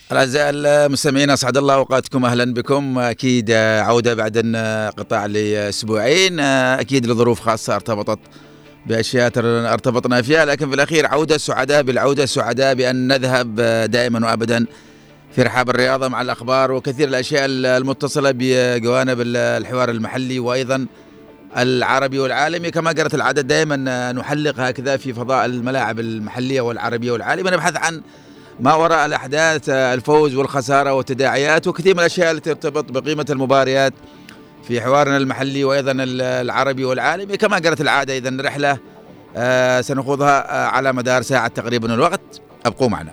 أعزائي المستمعين، أسعد الله أوقاتكم، أهلا بكم. أكيد عودة بعد انقطاع لأسبوعين، أكيد لظروف خاصة ارتبطت بأشياء ارتبطنا فيها، لكن في الأخير عودة سعداء بالعودة، سعداء بأن نذهب دائما وأبدا في رحاب الرياضة مع الأخبار وكثير الأشياء المتصلة بجوانب الحوار المحلي وأيضا العربي والعالمي. كما جرت العادة دائما نحلق هكذا في فضاء الملاعب المحلية والعربية والعالمية، نبحث عن ما وراء الأحداث، الفوز والخسارة والتداعيات وكثير من الأشياء التي ترتبط بقيمة المباريات في حوارنا المحلي وأيضا العربي والعالمي. كما جرت العادة إذن رحلة سنخوضها على مدار ساعة تقريبا الوقت، أبقوا معنا.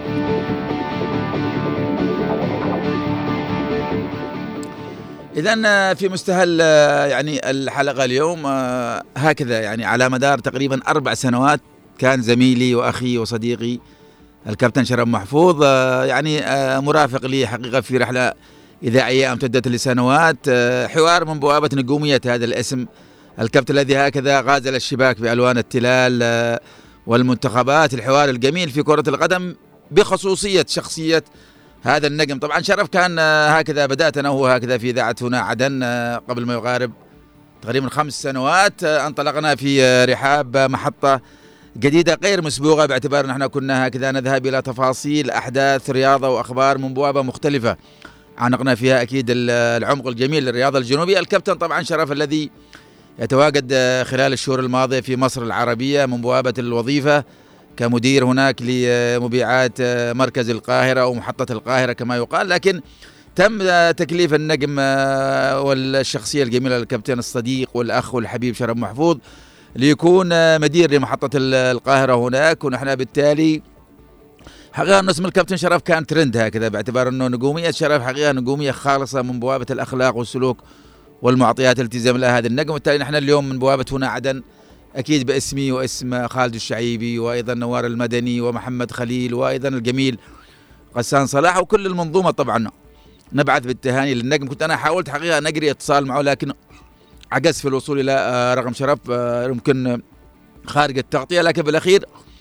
إذن في مستهل يعني الحلقة اليوم هكذا، يعني على مدار تقريبا 4 سنوات كان زميلي وأخي وصديقي الكابتن شرف محفوظ يعني مرافق لي حقيقة في رحلة إذاعية امتدت لسنوات، حوار من بوابة نجومية هذا الاسم، الكابتن الذي هكذا غازل الشباك بألوان التلال والمنتخبات، الحوار الجميل في كرة القدم بخصوصية شخصية هذا النجم. طبعا شرف كان هكذا بدأت أنا وهو هكذا في إذاعة هنا عدن قبل ما يقارب تقريبا 5 سنوات، انطلقنا في رحاب محطة جديدة غير مسبوقة، باعتبار أن احنا كنا هكذا نذهب إلى تفاصيل أحداث رياضة وأخبار من بوابة مختلفة عانقنا فيها أكيد العمق الجميل للرياضة الجنوبية. الكابتن طبعا شرف الذي يتواجد خلال الشهور الماضية في مصر العربية من بوابة الوظيفة كمدير هناك لمبيعات مركز القاهرة أو محطة القاهرة كما يقال، لكن تم تكليف النجم والشخصية الجميلة الكابتن الصديق والأخ والحبيب شرف محفوظ ليكون مدير لمحطة القاهرة هناك، ونحن بالتالي حقيقة أن اسم الكابتن شرف كان ترند هكذا، باعتبار أنه نجومية شرف حقيقة نجومية خالصة من بوابة الأخلاق والسلوك والمعطيات الالتزام لها هذا النجم. وبالتالي نحن اليوم من بوابة هنا عدن أكيد باسمي واسم خالد الشعيبي وأيضا نوار المدني ومحمد خليل وأيضا الجميل غسان صلاح وكل المنظومة طبعا نبعث بالتهاني للنجم. كنت أنا حاولت حقيقة أن أجري اتصال معه لكن عجزت في الوصول إلى رقم شرف، يمكن خارج التغطية، لكن بالأخير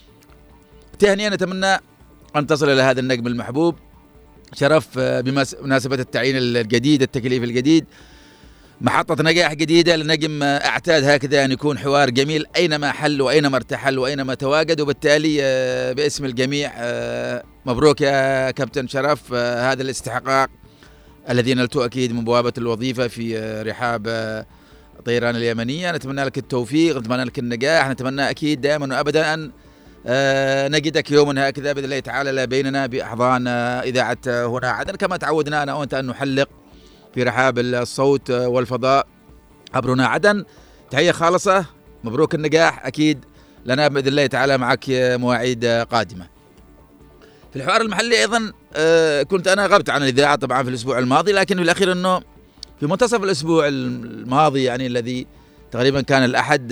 تهنئة نتمنى أن تصل إلى هذا النجم المحبوب شرف بمناسبة التعيين الجديد، التكليف الجديد، محطة نجاح جديدة لنجم اعتاد هكذا أن يكون حوار جميل أينما حل وأينما ارتحل وأينما تواجد. وبالتالي باسم الجميع مبروك يا كابتن شرف هذا الاستحقاق الذي نلته أكيد من بوابة الوظيفة في رحاب طيران اليمنية. نتمنى لك التوفيق، نتمنى لك النجاح، نتمنى أكيد دائما وأبدا أن نجدك يوما هكذا بإذن الله تعالى لا بيننا بأحضان إذاعة هنا عدن، كما تعودنا أنا وأنت أن نحلق في رحاب الصوت والفضاء عبر هنا عدن. تحية خالصة، مبروك النجاح، أكيد لنا بإذن الله تعالى معك مواعيد قادمة. في الحوار المحلي أيضا كنت أنا غبت عن الإذاعة طبعا في الأسبوع الماضي، لكن في الأخير أنه في منتصف الأسبوع الماضي يعني الذي تقريبا كان الأحد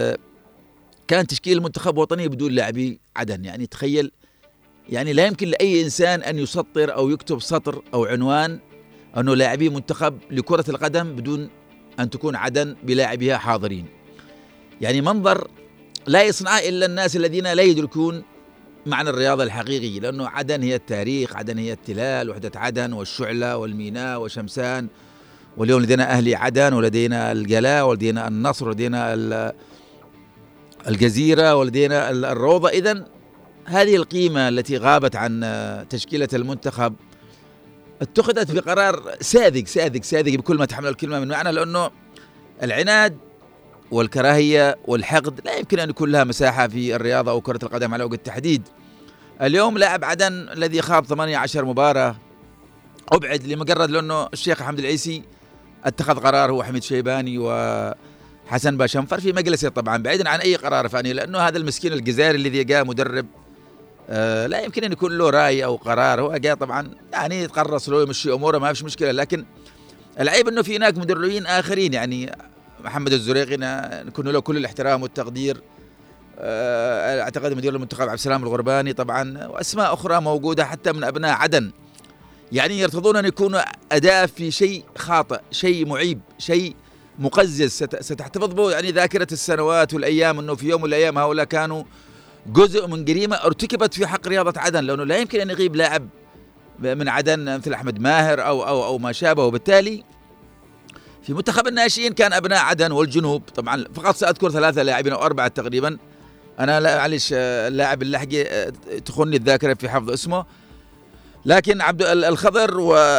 كان تشكيل منتخب وطني بدون لاعبي عدن. يعني تخيل، يعني لا يمكن لأي إنسان أن يسطر أو يكتب سطر أو عنوان أنه لاعبي منتخب لكرة القدم بدون أن تكون عدن بلاعبها حاضرين. يعني منظر لا يصنعه إلا الناس الذين لا يدركون معنى الرياضة الحقيقي، لأنه عدن هي التاريخ، عدن هي التلال، وحدة عدن والشعلة والميناء وشمسان، واليوم لدينا أهلي عدن ولدينا الجلاء ولدينا النصر ولدينا الجزيرة ولدينا الروضة. إذن هذه القيمة التي غابت عن تشكيلة المنتخب اتخذت بقرار ساذج بكل ما تحمل الكلمة من معنى، لأنه العناد والكراهية والحقد لا يمكن أن يكون لها مساحة في الرياضة أو كرة القدم على وجه التحديد. اليوم لاعب عدن الذي خاض 18 مباراة أبعد لمجرد لأنه الشيخ حمد العيسي اتخذ قرار، هو حميد شيباني وحسن باشنفر في مجلسه طبعا بعيدا عن أي قرار فني، لأنه هذا المسكين الجزائري الذي جاء مدرب لا يمكن أن يكون له رأي أو قرار، هو جاء طبعا يعني يتقرص له يمشي أموره ما فيش مشكلة. لكن العيب أنه في هناك مدربين آخرين، يعني محمد الزريقي نكون له كل الاحترام والتقدير، اعتقد مدير المنتخب عبد السلام الغرباني طبعا، واسماء اخرى موجوده حتى من ابناء عدن، يعني يرتضون ان يكونوا اداه في شيء خاطئ، شيء معيب، شيء مقزز ستحتفظ به يعني ذاكره السنوات والايام، انه في يوم من الايام هؤلاء كانوا جزء من جريمه ارتكبت في حق رياضه عدن، لانه لا يمكن ان يغيب لاعب من عدن مثل أحمد ماهر أو ما شابه. وبالتالي في منتخب الناشئين كان أبناء عدن والجنوب. طبعا فقط سأذكر 3 لاعبين أو 4 تقريبا، أنا لا معلش اللاعب اللحقي تخوني الذاكرة في حفظ اسمه، لكن عبد الخضر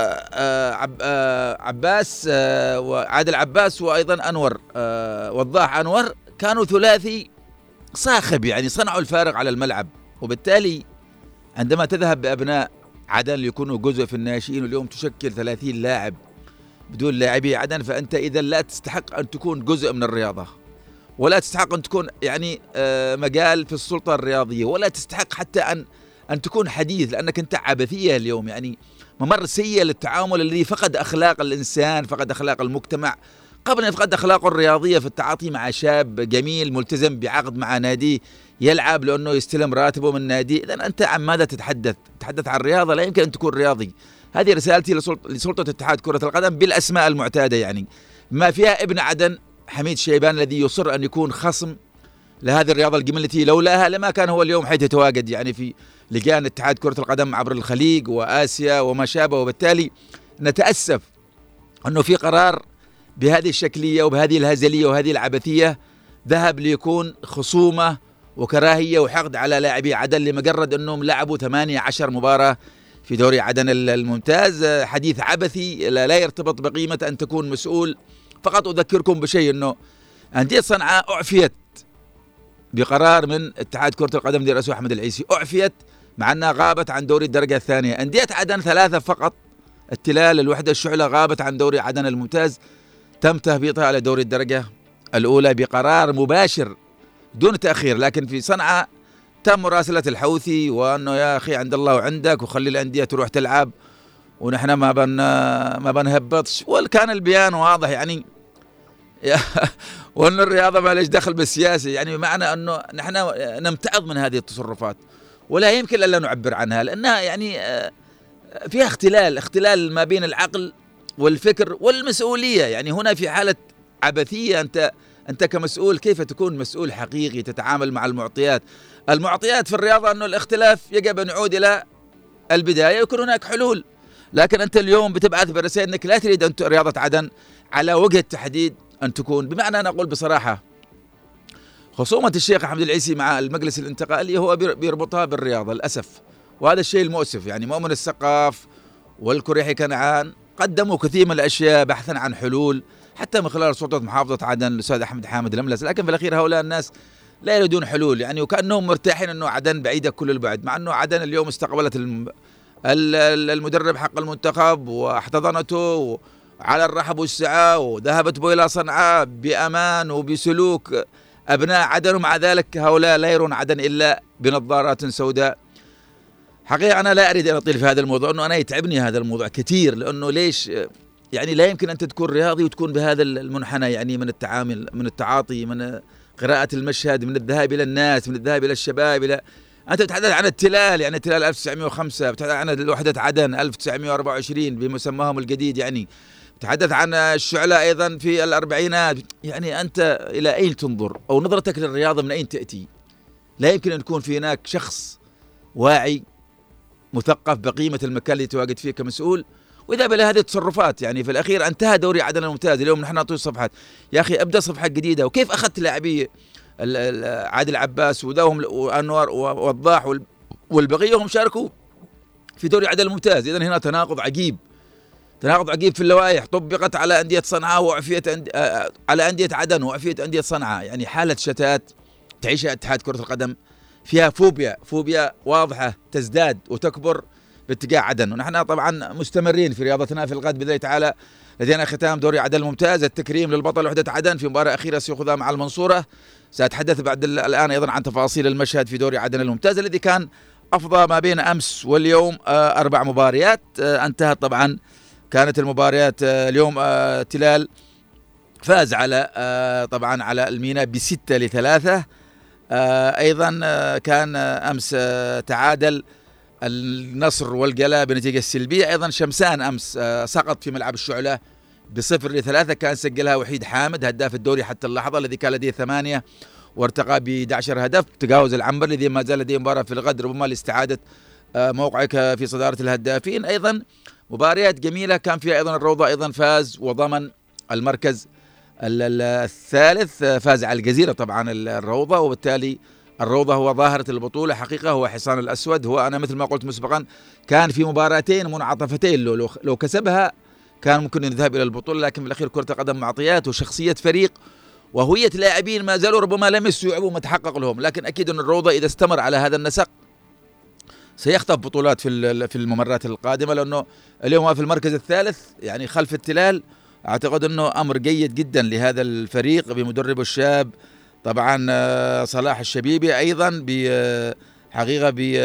وعباس وعادل عباس وأيضا أنور وضاح أنور كانوا ثلاثي صاخب، يعني صنعوا الفارق على الملعب. وبالتالي عندما تذهب بأبناء عدن ليكونوا جزء في الناشئين واليوم تشكل 30 لاعب بدون لاعبي عدن، فأنت إذا لا تستحق أن تكون جزء من الرياضة، ولا تستحق أن تكون يعني مجال في السلطة الرياضية، ولا تستحق حتى أن تكون حديث، لأنك أنت عبثية اليوم، يعني ممر سيء للتعامل الذي فقد أخلاق الإنسان، فقد أخلاق المجتمع قبل أن يفقد أخلاقه الرياضية في التعاطي مع شاب جميل ملتزم بعقد مع ناديه يلعب لأنه يستلم راتبه من ناديه. إذا أنت عن ماذا تتحدث عن الرياضة؟ لا يمكن أن تكون رياضي. هذه رسالتي لسلطة اتحاد كرة القدم بالأسماء المعتادة، يعني ما فيها ابن عدن حميد شيبان الذي يصر أن يكون خصم لهذه الرياضة الجميلة التي لولاها لما كان هو اليوم حيث يتواجد يعني في لجان اتحاد كرة القدم عبر الخليج وآسيا وما شابه. وبالتالي نتأسف أنه في قرار بهذه الشكلية وبهذه الهزلية وهذه العبثية ذهب ليكون خصومة وكراهية وحقد على لاعبي عدن لمجرد أنهم لعبوا 18 مباراة في دوري عدن الممتاز. حديث عبثي لا يرتبط بقيمة أن تكون مسؤول. فقط أذكركم بشيء، أنه أندية صنعاء أعفيت بقرار من اتحاد كرة القدم اللي رئيسه أحمد العيسي، أعفيت مع أنها غابت عن دوري الدرجة الثانية. أندية عدن 3 فقط، التلال، الوحدة، الشعلة، غابت عن دوري عدن الممتاز، تم تهبيطها على دوري الدرجة الأولى بقرار مباشر دون تأخير. لكن في صنعاء تم مراسلة الحوثي وأنه يا أخي عند الله وعندك وخلي الأندية تروح تلعب ونحن ما بنهبطش، وكان البيان واضح يعني وأن الرياضة ما ليش دخل بالسياسة، يعني بمعنى أنه نحن نمتعض من هذه التصرفات ولا يمكن ألا نعبر عنها، لأنها يعني فيها اختلال ما بين العقل والفكر والمسؤولية. يعني هنا في حالة عبثية، أنت كمسؤول كيف تكون مسؤول حقيقي تتعامل مع المعطيات في الرياضة؟ أنه الاختلاف يجب أن يعود إلى البداية ويكون هناك حلول. لكن أنت اليوم بتبعث برسائل أنك لا تريد أن رياضة عدن على وجه التحديد أن تكون، بمعنى أنا أقول بصراحة خصومة الشيخ أحمد العيسي مع المجلس الانتقالي هو بيربطها بالرياضة للأسف، وهذا الشيء المؤسف. يعني مؤمن السقاف والكريحي كنعان قدموا كثير من الأشياء بحثا عن حلول حتى من خلال سلطة محافظة عدن الأستاذ أحمد حامد الملس، لكن في الأخير هؤلاء الناس لا يريدون حلول، يعني وكأنهم مرتاحين أنه عدن بعيدة كل البعد، مع أنه عدن اليوم استقبلت المدرب حق المنتخب واحتضنته على الرحب والسعة وذهبت به إلى صنعاء بأمان وبسلوك أبناء عدن، ومع ذلك هؤلاء لا يرون عدن إلا بنظارات سوداء. حقيقة أنا لا أريد أن أطيل في هذا الموضوع، أنه أنا يتعبني هذا الموضوع كثير، لأنه ليش يعني لا يمكن أن تكون رياضي وتكون بهذا المنحنى، يعني من التعامل، من التعاطي، من قراءة المشهد، من الذهاب إلى الناس، من الذهاب إلى الشباب، أنت بتتحدث عن التلال، يعني التلال 1905، بتتحدث عن الوحدة عدن 1924 بمسماهم الجديد، يعني تحدث عن الشعلة أيضا في الأربعينات. يعني أنت إلى أين تنظر أو نظرتك للرياضة من أين تأتي؟ لا يمكن أن يكون في هناك شخص واعي مثقف بقيمة المكان اللي يتواجد فيه كمسؤول وإذا بلا هذه التصرفات. يعني في الأخير انتهى دوري عدن الممتاز، اليوم نحن نعطي صفحات، يا أخي أبدأ صفحة جديدة. وكيف أخذت لاعبي عادل عباس وذوهم وأنور ووضاح والبقية هم شاركوا في دوري عدن الممتاز؟ إذن هنا تناقض عجيب في اللوائح طبقت على أندية صنعاء وعفيت على أندية عدن وعفيت أندية صنعاء. يعني حالة شتات تعيشها اتحاد كرة القدم، فيها فوبيا واضحة تزداد وتكبر باتجاه عدن. ونحن طبعا مستمرين في رياضتنا في الغد بإذن الله تعالى. لدينا ختام دوري عدن الممتاز، التكريم للبطل وحدة عدن في مباراة أخيرة سيأخذها مع المنصورة. سأتحدث بعد الآن أيضا عن تفاصيل المشهد في دوري عدن الممتاز الذي كان أفضى ما بين أمس واليوم 4 مباريات انتهت. طبعا كانت المباريات اليوم تلال فاز على طبعا على المينا ب6-3. أيضا كان أمس تعادل النصر والقلا بنتيجة سلبية. أيضا شمسان أمس سقط في ملعب الشعلة ب0-3، كان سجلها وحيد حامد هداف الدوري حتى اللحظة الذي كان لديه 8 وارتقى ب11 هدف. تجاوز العنبر الذي ما زال لديه مباراة في الغد ربما لاستعادة موقعك في صدارة الهدافين. أيضا مباريات جميلة كان فيها أيضا الروضة أيضا فاز وضمن المركز الثالث، فاز على الجزيرة طبعا الروضة، وبالتالي الروضة هو ظاهرة البطولة حقيقة، هو حصان الأسود. هو أنا مثل ما قلت مسبقا كان في مباراتين منعطفتين، لو كسبها كان ممكن يذهب إلى البطولة، لكن في الأخير كرة القدم معطيات وشخصية فريق وهوية لاعبين ما زالوا ربما لم يستوعبوا ما تحقق لهم، لكن أكيد أن الروضة إذا استمر على هذا النسق سيخطف بطولات في الممرات القادمة، لأنه اليوم هو في المركز الثالث يعني خلف التلال. أعتقد أنه أمر جيد جدا لهذا الفريق بمدربه الشاب طبعا صلاح الشبيبي، أيضا بحقيقة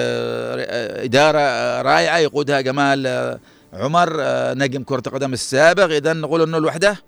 بإدارة رائعة يقودها جمال عمر نجم كرة القدم السابق. إذا نقول أنه الوحدة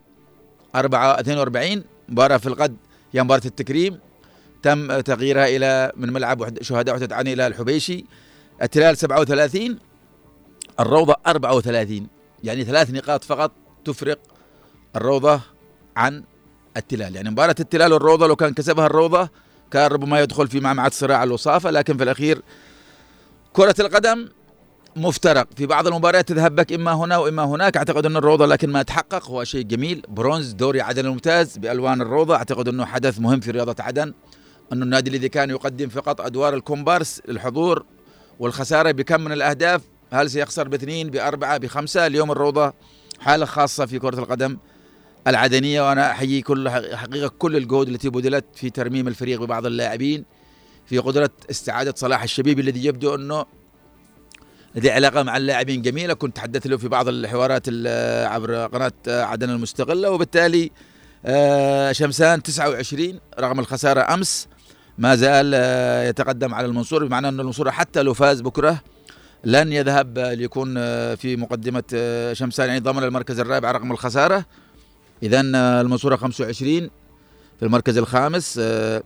42 مباراة في الغد هي مباراة التكريم، تم تغييرها إلى من ملعب شهداء وحدة عن إلى الحبيشي. التلال 37 الروضة 34، يعني 3 نقاط فقط تفرق الروضة عن التلال. يعني مباراة التلال والروضة لو كان كسبها الروضة كان ربما يدخل في معمعة صراع الوصافة، لكن في الأخير كرة القدم مفترق، في بعض المباريات تذهب بك إما هنا وإما هناك. أعتقد أن الروضة لكن ما تحقق هو شيء جميل، برونز دوري عدن الممتاز بألوان الروضة. أعتقد أنه حدث مهم في رياضة عدن، أنه النادي الذي كان يقدم فقط أدوار الكومبارس الحضور والخسارة بكم من الأهداف، هل سيخسر ب2 ب4 ب5؟ اليوم الروضة حالة خاصة في كرة القدم العدنية، وأنا أحيي حقيقة كل الجهود التي بذلت في ترميم الفريق ببعض اللاعبين، في قدرة استعادة صلاح الشبيبي الذي يبدو أنه لديه علاقة مع اللاعبين جميلة. كنت تحدثت له في بعض الحوارات عبر قناة عدن المستقلة. وبالتالي شمسان 29 رغم الخسارة أمس ما زال يتقدم على المنصورة، بمعنى أن المنصورة حتى لو فاز بكرة لن يذهب ليكون في مقدمة شمسان، يعني ضمن المركز الرابع رغم الخسارة. إذن المنصورة 25 في المركز الخامس،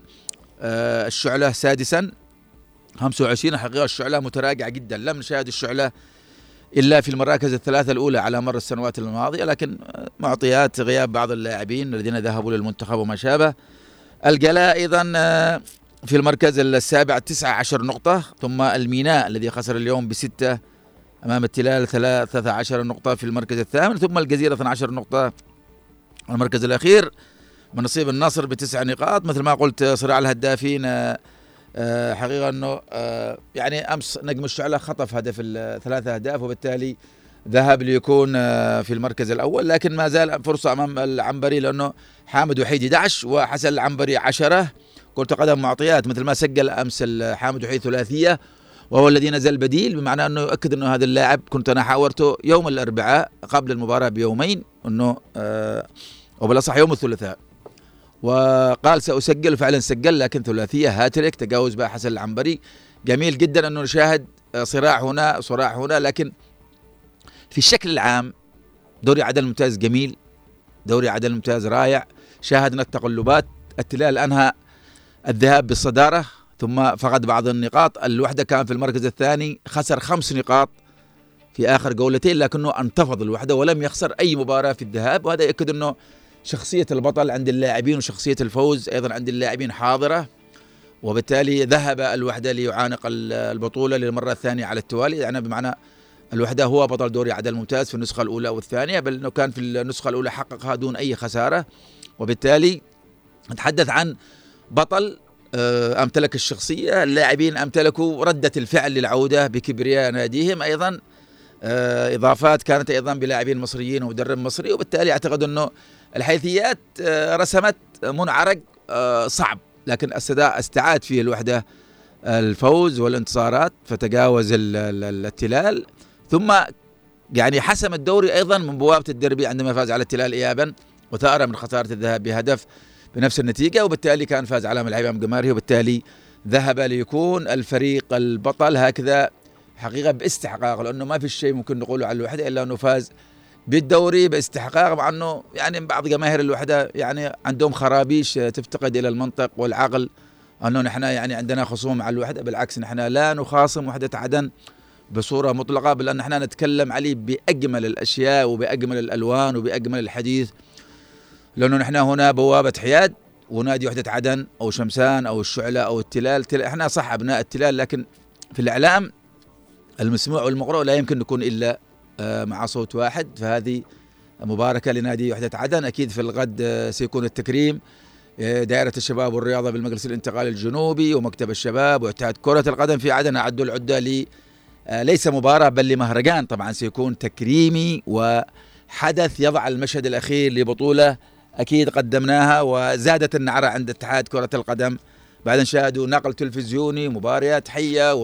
الشعلة سادسا 25. حقيقة الشعلة متراجعة جدا، لم نشاهد الشعلة إلا في المراكز الثلاثة الأولى على مر السنوات الماضية، لكن معطيات غياب بعض اللاعبين الذين ذهبوا للمنتخب وما شابه. الجلاء أيضا في المركز السابع 19 نقطة، ثم الميناء الذي خسر اليوم ب6 أمام التلال 13 نقطة في المركز الثامن، ثم الجزيرة 12 نقطة المركز الأخير. من نصيب النصر ب9 نقاط. مثل ما قلت صراع الهدافين حقيقة أنه يعني أمس نجم الشعلة خطف هدف 3 أهداف، وبالتالي ذهب ليكون في المركز الأول، لكن ما زال فرصة أمام العنبري، لأنه حامد وحيد 11 وحسن العنبري 10. كرة قدم معطيات، مثل ما سجل أمس حامد وحيد ثلاثية وهو الذي نزل بديل، بمعنى أنه يؤكد أنه هذا اللاعب كنت أنا حاورته يوم الأربعاء قبل المباراة بيومين أنه وبالأصح يوم الثلاثاء، وقال سأسجل، فعلا سجل، لكن ثلاثية هاتريك تجاوز بها حسن العنبري. جميل جدا أنه نشاهد صراع هنا، لكن في الشكل العام دوري عدن الممتاز جميل، دوري عدن الممتاز رائع. شاهدنا التقلبات، التلال أنهى الذهاب بالصدارة ثم فقد بعض النقاط. الوحدة كان في المركز الثاني، خسر 5 نقاط في آخر جولتين، لكنه انتفض الوحدة ولم يخسر أي مباراة في الذهاب، وهذا يؤكد أنه شخصية البطل عند اللاعبين وشخصية الفوز أيضا عند اللاعبين حاضرة. وبالتالي ذهب الوحدة ليعانق البطولة للمرة الثانية على التوالي، يعني بمعنى الوحدة هو بطل دوري عدن الممتاز في النسخة الأولى والثانية، بل أنه كان في النسخة الأولى حققها دون أي خسارة. وبالتالي نتحدث عن بطل أمتلك الشخصية، اللاعبين أمتلكوا ردة الفعل للعودة بكبرياء ناديهم، أيضا إضافات كانت أيضا بلاعبين مصريين ومدرب مصري. وبالتالي أعتقد أنه الحيثيات رسمت منعرج صعب، لكن استعاد فيه الوحدة الفوز والانتصارات، فتجاوز التلال، ثم يعني حسم الدوري أيضا من بوابة الدربي عندما فاز على التلال إيابا وثأر من خسارة الذهاب بهدف بنفس النتيجة، وبالتالي كان فاز على ملعب أمام جماهيره، وبالتالي ذهب ليكون الفريق البطل هكذا حقيقة باستحقاق، لأنه ما في شيء ممكن نقوله على الوحدة إلا أنه فاز بالدوري باستحقاق، مع أنه يعني بعض جماهير الوحدة يعني عندهم خرابيش تفتقد إلى المنطق والعقل، أنه نحن يعني عندنا خصوم مع الوحدة. بالعكس، نحن لا نخاصم وحدة عدن بصورة مطلقة، بل أن نحن نتكلم عليه بأجمل الأشياء وبأجمل الألوان وبأجمل الحديث، لأنه نحن هنا بوابة حياد ونادي وحدة عدن أو شمسان أو الشعلة أو التلال. احنا صح أبناء التلال، لكن في الإعلام المسموع والمقروء لا يمكن يكون إلا مع صوت واحد. فهذه مباركة لنادي وحدة عدن. أكيد في الغد سيكون التكريم دائرة الشباب والرياضة بالمجلس الانتقالي الجنوبي ومكتب الشباب واتحاد كرة القدم في عدن أعدوا العدة ليس مباراة بل لمهرجان. طبعا سيكون تكريمي وحدث يضع المشهد الأخير لبطولة أكيد قدمناها وزادت النعرة عند اتحاد كرة القدم بعد أن شاهدوا نقل تلفزيوني مباريات حية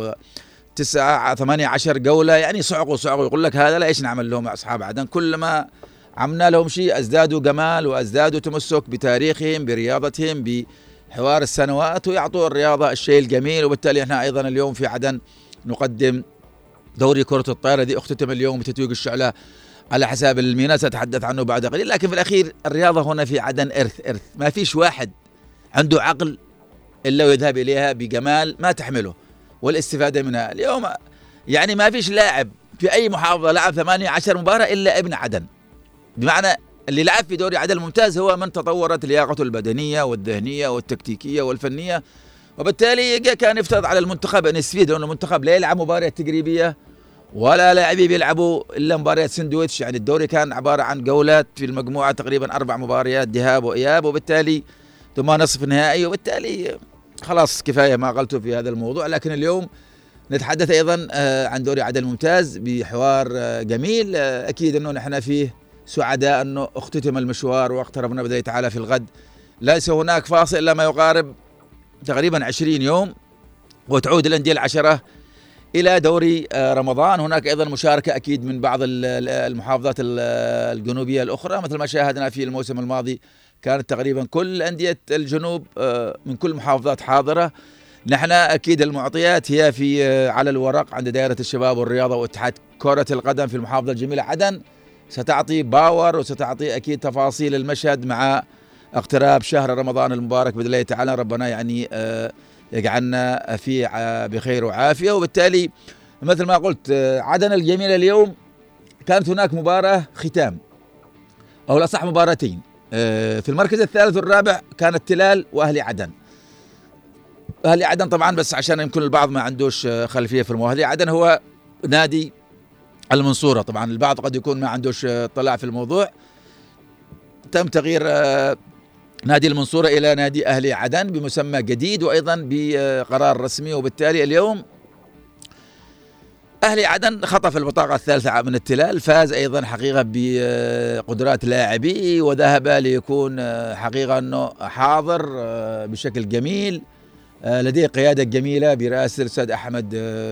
و9 18 جولة. يعني صعقوا يقول لك هذا لا إيش نعمل لهم أصحاب عدن، كلما عملنا لهم شيء ازدادوا جمال وازدادوا تمسك بتاريخهم برياضتهم بحوار السنوات ويعطوا الرياضة الشيء الجميل. وبالتالي احنا أيضا اليوم في عدن نقدم دوري كرة الطائرة الذي اختتم اليوم بتتويج الشعلة على حساب الميناء سأتحدث عنه بعد قليل. لكن في الأخير الرياضة هنا في عدن إرث ما فيش واحد عنده عقل إلا ويذهب إليها بجمال ما تحمله والاستفادة منها. اليوم يعني ما فيش لاعب في أي محافظة لعب 18 مباراة إلا ابن عدن، بمعنى اللي لعب في دوري عدن الممتاز هو من تطورت لياقته البدنية والذهنية والتكتيكية والفنية. وبالتالي كان يفترض على المنتخب أن يستفيد، لأن المنتخب لا يلعب مباريات تجريبية ولا لاعبي بيلعبوا إلا مباريات سندويتش. يعني الدوري كان عبارة عن جولات في المجموعة تقريبا 4 مباريات ذهاب وإياب وبالتالي ثم نصف نهائي. وبالتالي خلاص كفاية ما قلته في هذا الموضوع. لكن اليوم نتحدث أيضا عن دوري عدن الممتاز بحوار جميل. أكيد أنه نحن فيه سعداء أنه اختتم المشوار واقتربنا بإذن الله تعالى في الغد. ليس هناك فاصل إلا ما يقارب تقريبا 20 يوم وتعود الأندية العشرة إلى دوري رمضان. هناك أيضا مشاركة أكيد من بعض المحافظات الجنوبية الأخرى مثل ما شاهدنا في الموسم الماضي كانت تقريبا كل أندية الجنوب من كل محافظات حاضرة. نحن أكيد المعطيات هي في على الورق عند دائرة الشباب والرياضة واتحاد كرة القدم في المحافظة الجميلة عدن ستعطي باور وستعطي أكيد تفاصيل المشهد مع اقتراب شهر رمضان المبارك بإذن الله تعالى. ربنا يعني يجعلنا فيه بخير وعافية. وبالتالي مثل ما قلت عدن الجميلة اليوم كانت هناك مباراة ختام أو لا صح مباراتين. في المركز الثالث والرابع كانت تلال وأهلي عدن. أهلي عدن طبعا بس عشان يمكن البعض ما عندوش خلفية في الموضوع، أهلي عدن هو نادي المنصورة. طبعا البعض قد يكون ما عندوش اطلاع في الموضوع. تم تغيير نادي المنصورة إلى نادي أهلي عدن بمسمى جديد وأيضا بقرار رسمي. وبالتالي اليوم أهلي عدن خطف البطاقة الثالثة من التلال، فاز أيضا حقيقة بقدرات لاعبيه وذهب ليكون حقيقة أنه حاضر بشكل جميل. لديه قيادة جميلة برئاسة الأستاذ أحمد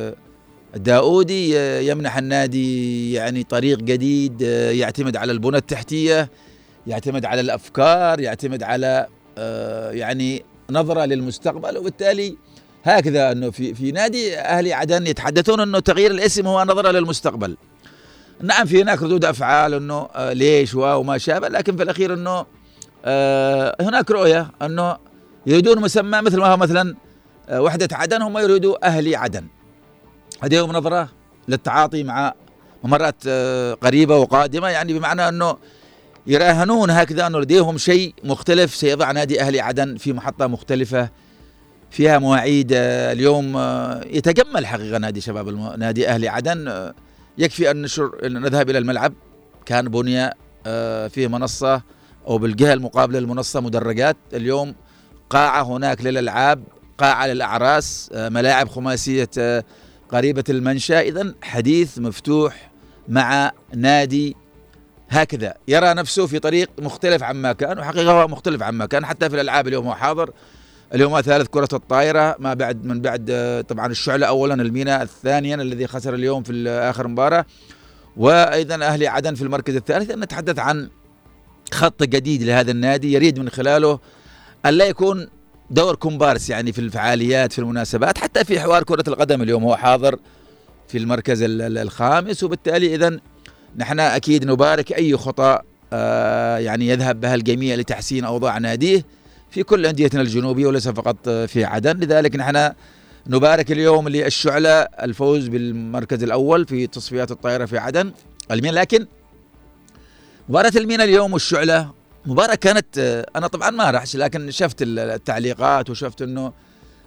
الداودي يمنح النادي يعني طريق جديد يعتمد على البنى التحتية، يعتمد على الأفكار، يعتمد على يعني نظرة للمستقبل. وبالتالي هكذا أنه في نادي أهلي عدن يتحدثون أنه تغيير الاسم هو نظرة للمستقبل. نعم في هناك ردود أفعال أنه ليش وما شابه، لكن في الأخير أنه هناك رؤية أنه يريدون مسمى مثل ما هو مثلا وحدة عدن هم يريدوا أهلي عدن. لديهم نظرة للتعاطي مع ممرات قريبة وقادمة، يعني بمعنى أنه يراهنون هكذا أنه لديهم شيء مختلف سيضع نادي أهلي عدن في محطة مختلفة فيها مواعيد. اليوم يتجمل حقيقة نادي شباب نادي أهلي عدن. يكفي أن نذهب إلى الملعب كان بني فيه منصة أو بالجهة المقابلة للمنصة مدرجات. اليوم قاعة هناك للألعاب، قاعة للأعراس، ملاعب خماسية قريبة المنشأ. إذن حديث مفتوح مع نادي هكذا يرى نفسه في طريق مختلف عما كان، وحقيقة هو مختلف عما كان. حتى في الألعاب اليوم هو حاضر. اليوم ثالث كرة الطائرة ما بعد من بعد طبعا الشعلة أولا، الميناء ثانيا الذي خسر اليوم في آخر مباراة، وأيضا أهلي عدن في المركز الثالث. نتحدث عن خط جديد لهذا النادي يريد من خلاله أن لا يكون دور كومبارس يعني في الفعاليات في المناسبات. حتى في حوار كرة القدم اليوم هو حاضر في المركز الخامس. وبالتالي إذن نحن أكيد نبارك أي خطأ يعني يذهب بها الجميع لتحسين أوضاع ناديه في كل أنديتنا الجنوبية وليس فقط في عدن. لذلك نحن نبارك اليوم للشعلة الفوز بالمركز الأول في تصفيات الطائرة في عدن المينا. لكن مباراة المينا اليوم والشعلة مباراة كانت أنا طبعا ما رحش، لكن شفت التعليقات وشفت أنه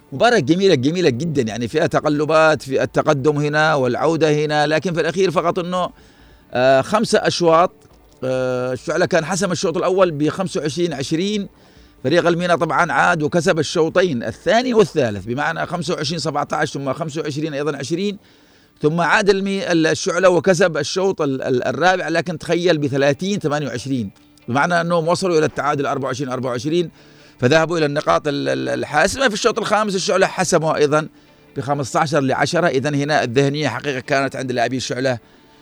مباراة جميلة جميلة جدا، يعني فيها تقلبات في التقدم هنا والعودة هنا، لكن في الأخير فقط أنه 5 أشواط. الشعلة كان حسم الشوط الأول ب25-20. فريق المينا طبعا عاد وكسب الشوطين الثاني والثالث، بمعنى 25-17 ثم 25 أيضا 20، ثم عاد الشعلة وكسب الشوط الرابع، لكن تخيل ب30-28، بمعنى أنهم وصلوا إلى التعادل 24-24، فذهبوا إلى النقاط الحاسمة. في الشوط الخامس الشعلة حسموا أيضا ب15-10. إذن هنا الذهنية حقيقة كانت عند لاعبي الشعلة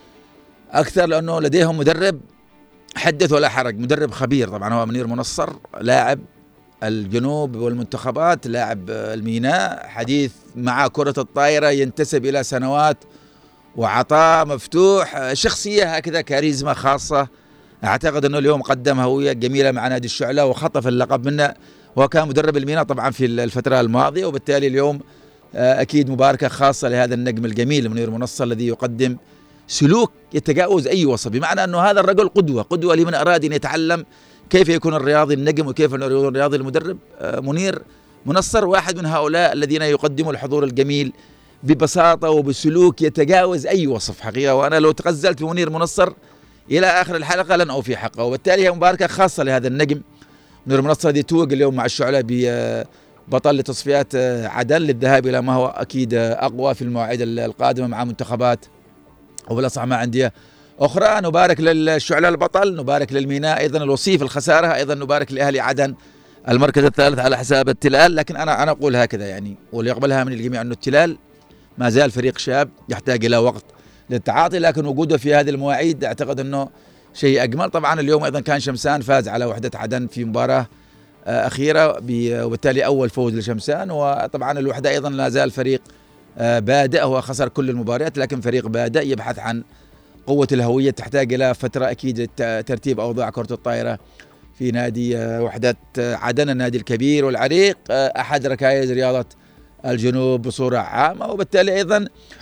أكثر، لأنه لديهم مدرب حدث ولا حرج، مدرب خبير طبعا هو منير منصر، لاعب الجنوب والمنتخبات، لاعب الميناء، حديث مع كرة الطائرة، ينتسب إلى سنوات وعطاء مفتوح، شخصية هكذا، كاريزما خاصة. أعتقد أنه اليوم قدم هوية جميلة مع نادي الشعلة وخطف اللقب منه، وكان مدرب الميناء طبعا في الفترة الماضية، وبالتالي اليوم أكيد مباركة خاصة لهذا النجم الجميل منير منصر الذي يقدم سلوك يتجاوز أي وصف، بمعنى أنه هذا الرجل قدوة لمن أراد أن يتعلم كيف يكون الرياضي النجم وكيف يكون الرياضي المدرب. منير منصر واحد من هؤلاء الذين يقدموا الحضور الجميل ببساطة وبسلوك يتجاوز أي وصف حقيقة، وأنا لو تغزلت بمنير منصر إلى آخر الحلقة لن أوفي حقه، وبالتالي هي مباركة خاصة لهذا النجم منير منصر الذي توج اليوم مع الشعلة ببطل لتصفيات عدن للذهاب إلى ما هو أكيد أقوى في المواعيد القادمة مع منتخبات وبالأصح مع أندية أخرى. نبارك للشعلة البطل، نبارك للميناء أيضا الوصيف الخسارة، أيضا نبارك لأهل عدن المركز الثالث على حساب التلال. لكن أنا أقول هكذا يعني، وليقبلها من الجميع، أنه التلال ما زال فريق شاب يحتاج إلى وقت للتعاطي، لكن وجوده في هذه المواعيد أعتقد أنه شيء أجمل. طبعا اليوم أيضا كان شمسان فاز على وحدة عدن في مباراة أخيرة، وبالتالي أول فوز لشمسان. وطبعا الوحدة أيضا لا زال فريق بادئ، هو خسر كل المباريات لكن فريق بادئ يبحث عن قوة الهوية، تحتاج إلى فترة أكيد ترتيب أوضاع كرة الطائرة في نادي وحدة عدن، النادي الكبير والعريق، أحد ركائز رياضة الجنوب بصورة عامة. وبالتالي أيضا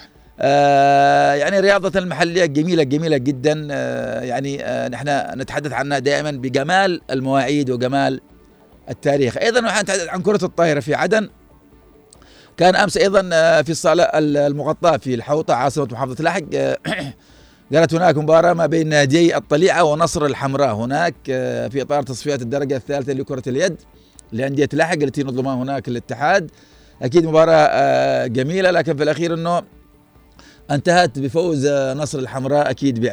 يعني رياضة المحلية جميلة جدا، يعني نحن نتحدث عنها دائما بجمال المواعيد وجمال التاريخ. أيضا نحن نتحدث عن كرة الطائرة في عدن. كان أمس أيضا في الصالة المغطاة في الحوطة عاصمة محافظة لحج جرت هناك مباراة ما بين نادي الطليعة ونصر الحمراء هناك في إطار تصفيات الدرجة الثالثة لكرة اليد لأندية لحج التي نظمها هناك الاتحاد. أكيد مباراة جميلة، لكن في الأخير أنه انتهت بفوز نصر الحمراء أكيد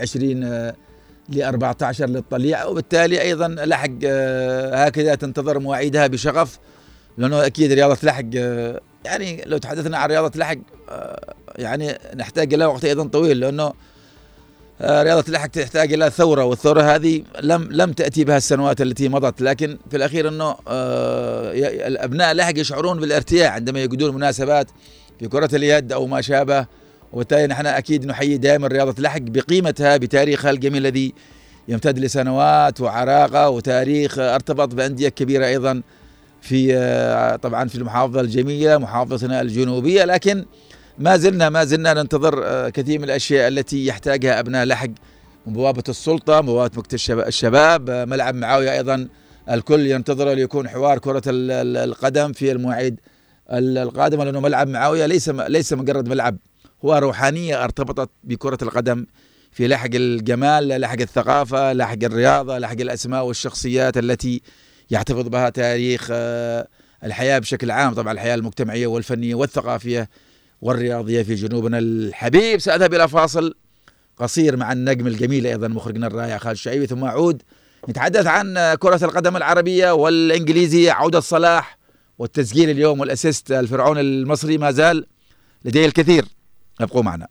ب20-14 للطليعة، وبالتالي أيضا لحج هكذا تنتظر مواعيدها بشغف، لأنه أكيد رياضة لحج يعني لو تحدثنا عن رياضة لحج يعني نحتاج إلى وقت أيضا طويل، لأنه رياضة لحج تحتاج إلى ثورة، والثورة هذه لم تأتي بها السنوات التي مضت. لكن في الأخير أنه الأبناء لحج يشعرون بالارتياح عندما يجدون مناسبات في كرة اليد أو ما شابه، وبالتالي نحن أكيد نحيي دائما رياضة لحج بقيمتها بتاريخها الجميل الذي يمتد لسنوات وعراقة وتاريخ ارتبط بأندية كبيرة أيضا في طبعا في المحافظة الجميلة محافظتنا الجنوبية. لكن ما زلنا ننتظر كثير من الأشياء التي يحتاجها أبناء لحج، بوابة السلطة، بوابة مكتب الشباب، ملعب معاوية أيضا الكل ينتظر ليكون حوار كرة القدم في المواعيد القادمة، لأنه ملعب معاوية ليس مجرد ملعب، هو روحانية ارتبطت بكرة القدم في لحج الجمال، لحج الثقافة، لحج الرياضة، لحج الأسماء والشخصيات التي يحتفظ بها تاريخ الحياة بشكل عام، طبعا الحياة المجتمعية والفنية والثقافية والرياضية في جنوبنا الحبيب. سأذهب إلى فاصل قصير مع النجم الجميل أيضا مخرجنا الرائع خالد الشعيبي، ثم أعود نتحدث عن كرة القدم العربية والإنجليزية، عودة صلاح والتسجيل اليوم والأسيست الفرعون المصري ما زال لديه الكثير. ابقوا معنا.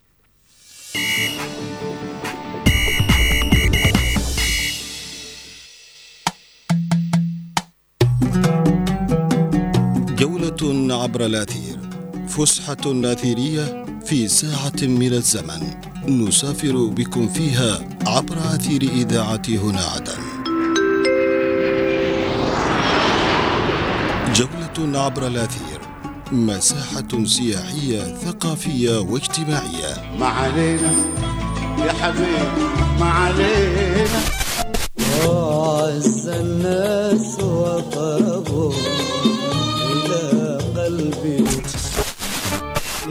جولة عبر الأثير، فسحة أثيرية في ساعة من الزمن نسافر بكم فيها عبر أثير إذاعة هنا عدن. جولة عبر الأثير، مساحة سياحية ثقافية واجتماعية. ما علينا يا حبيبي ما علينا، وعز الناس وقربوا إلى قلبي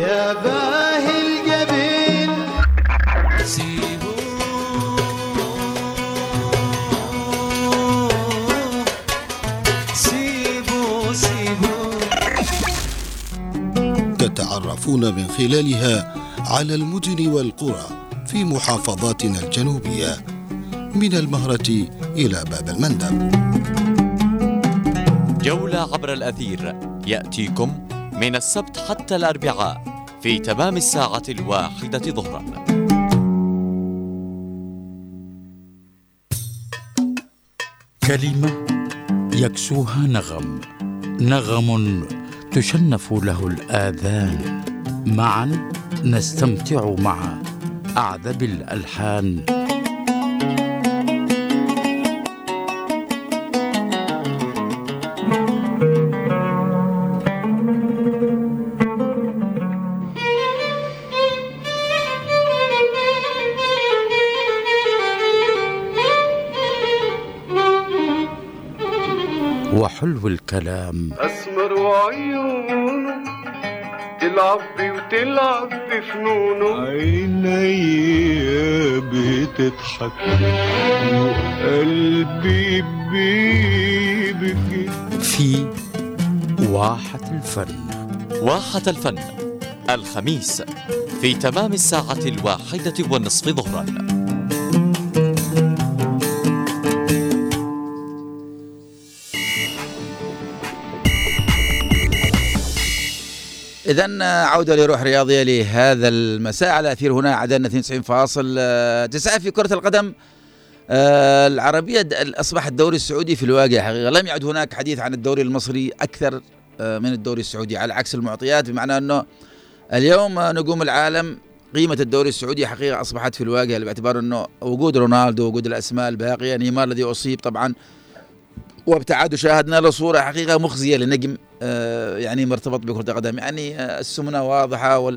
يا باهي الجبين سيبوا سيبوا سيبوا. تتعرفون من خلالها على المدن والقرى في محافظاتنا الجنوبية من المهرة إلى باب المندب. جولة عبر الأثير يأتيكم من السبت حتى الأربعاء في تمام 1:00 ظهرا. كلمة يكسوها نغم تشنف له الآذان. معا نستمتع مع أعذب الألحان. وحلو الكلام. أسمر وعيونه تلعب بي وتلعب بفنونه، عيني بتضحك وقلبي بيبكي. في واحة الفن. واحة الفن الخميس في تمام 1:01 ظهرا. إذن عودة لروح رياضية لهذا المساء على أثير هنا عدن 92.9 في كرة القدم العربية. أصبح الدوري السعودي في الواقع حقيقة لم يعد هناك حديث عن الدوري المصري أكثر من الدوري السعودي على عكس المعطيات، بمعنى أنه اليوم نجوم العالم قيمة الدوري السعودي حقيقة أصبحت في الواقع، باعتبار أنه وجود رونالدو ووجود الأسماء الباقية، نيمار الذي أصيب طبعا وابتعاد، شاهدنا له صورة حقيقة مخزية لنجم يعني مرتبط بكرة القدم، يعني السمنة واضحة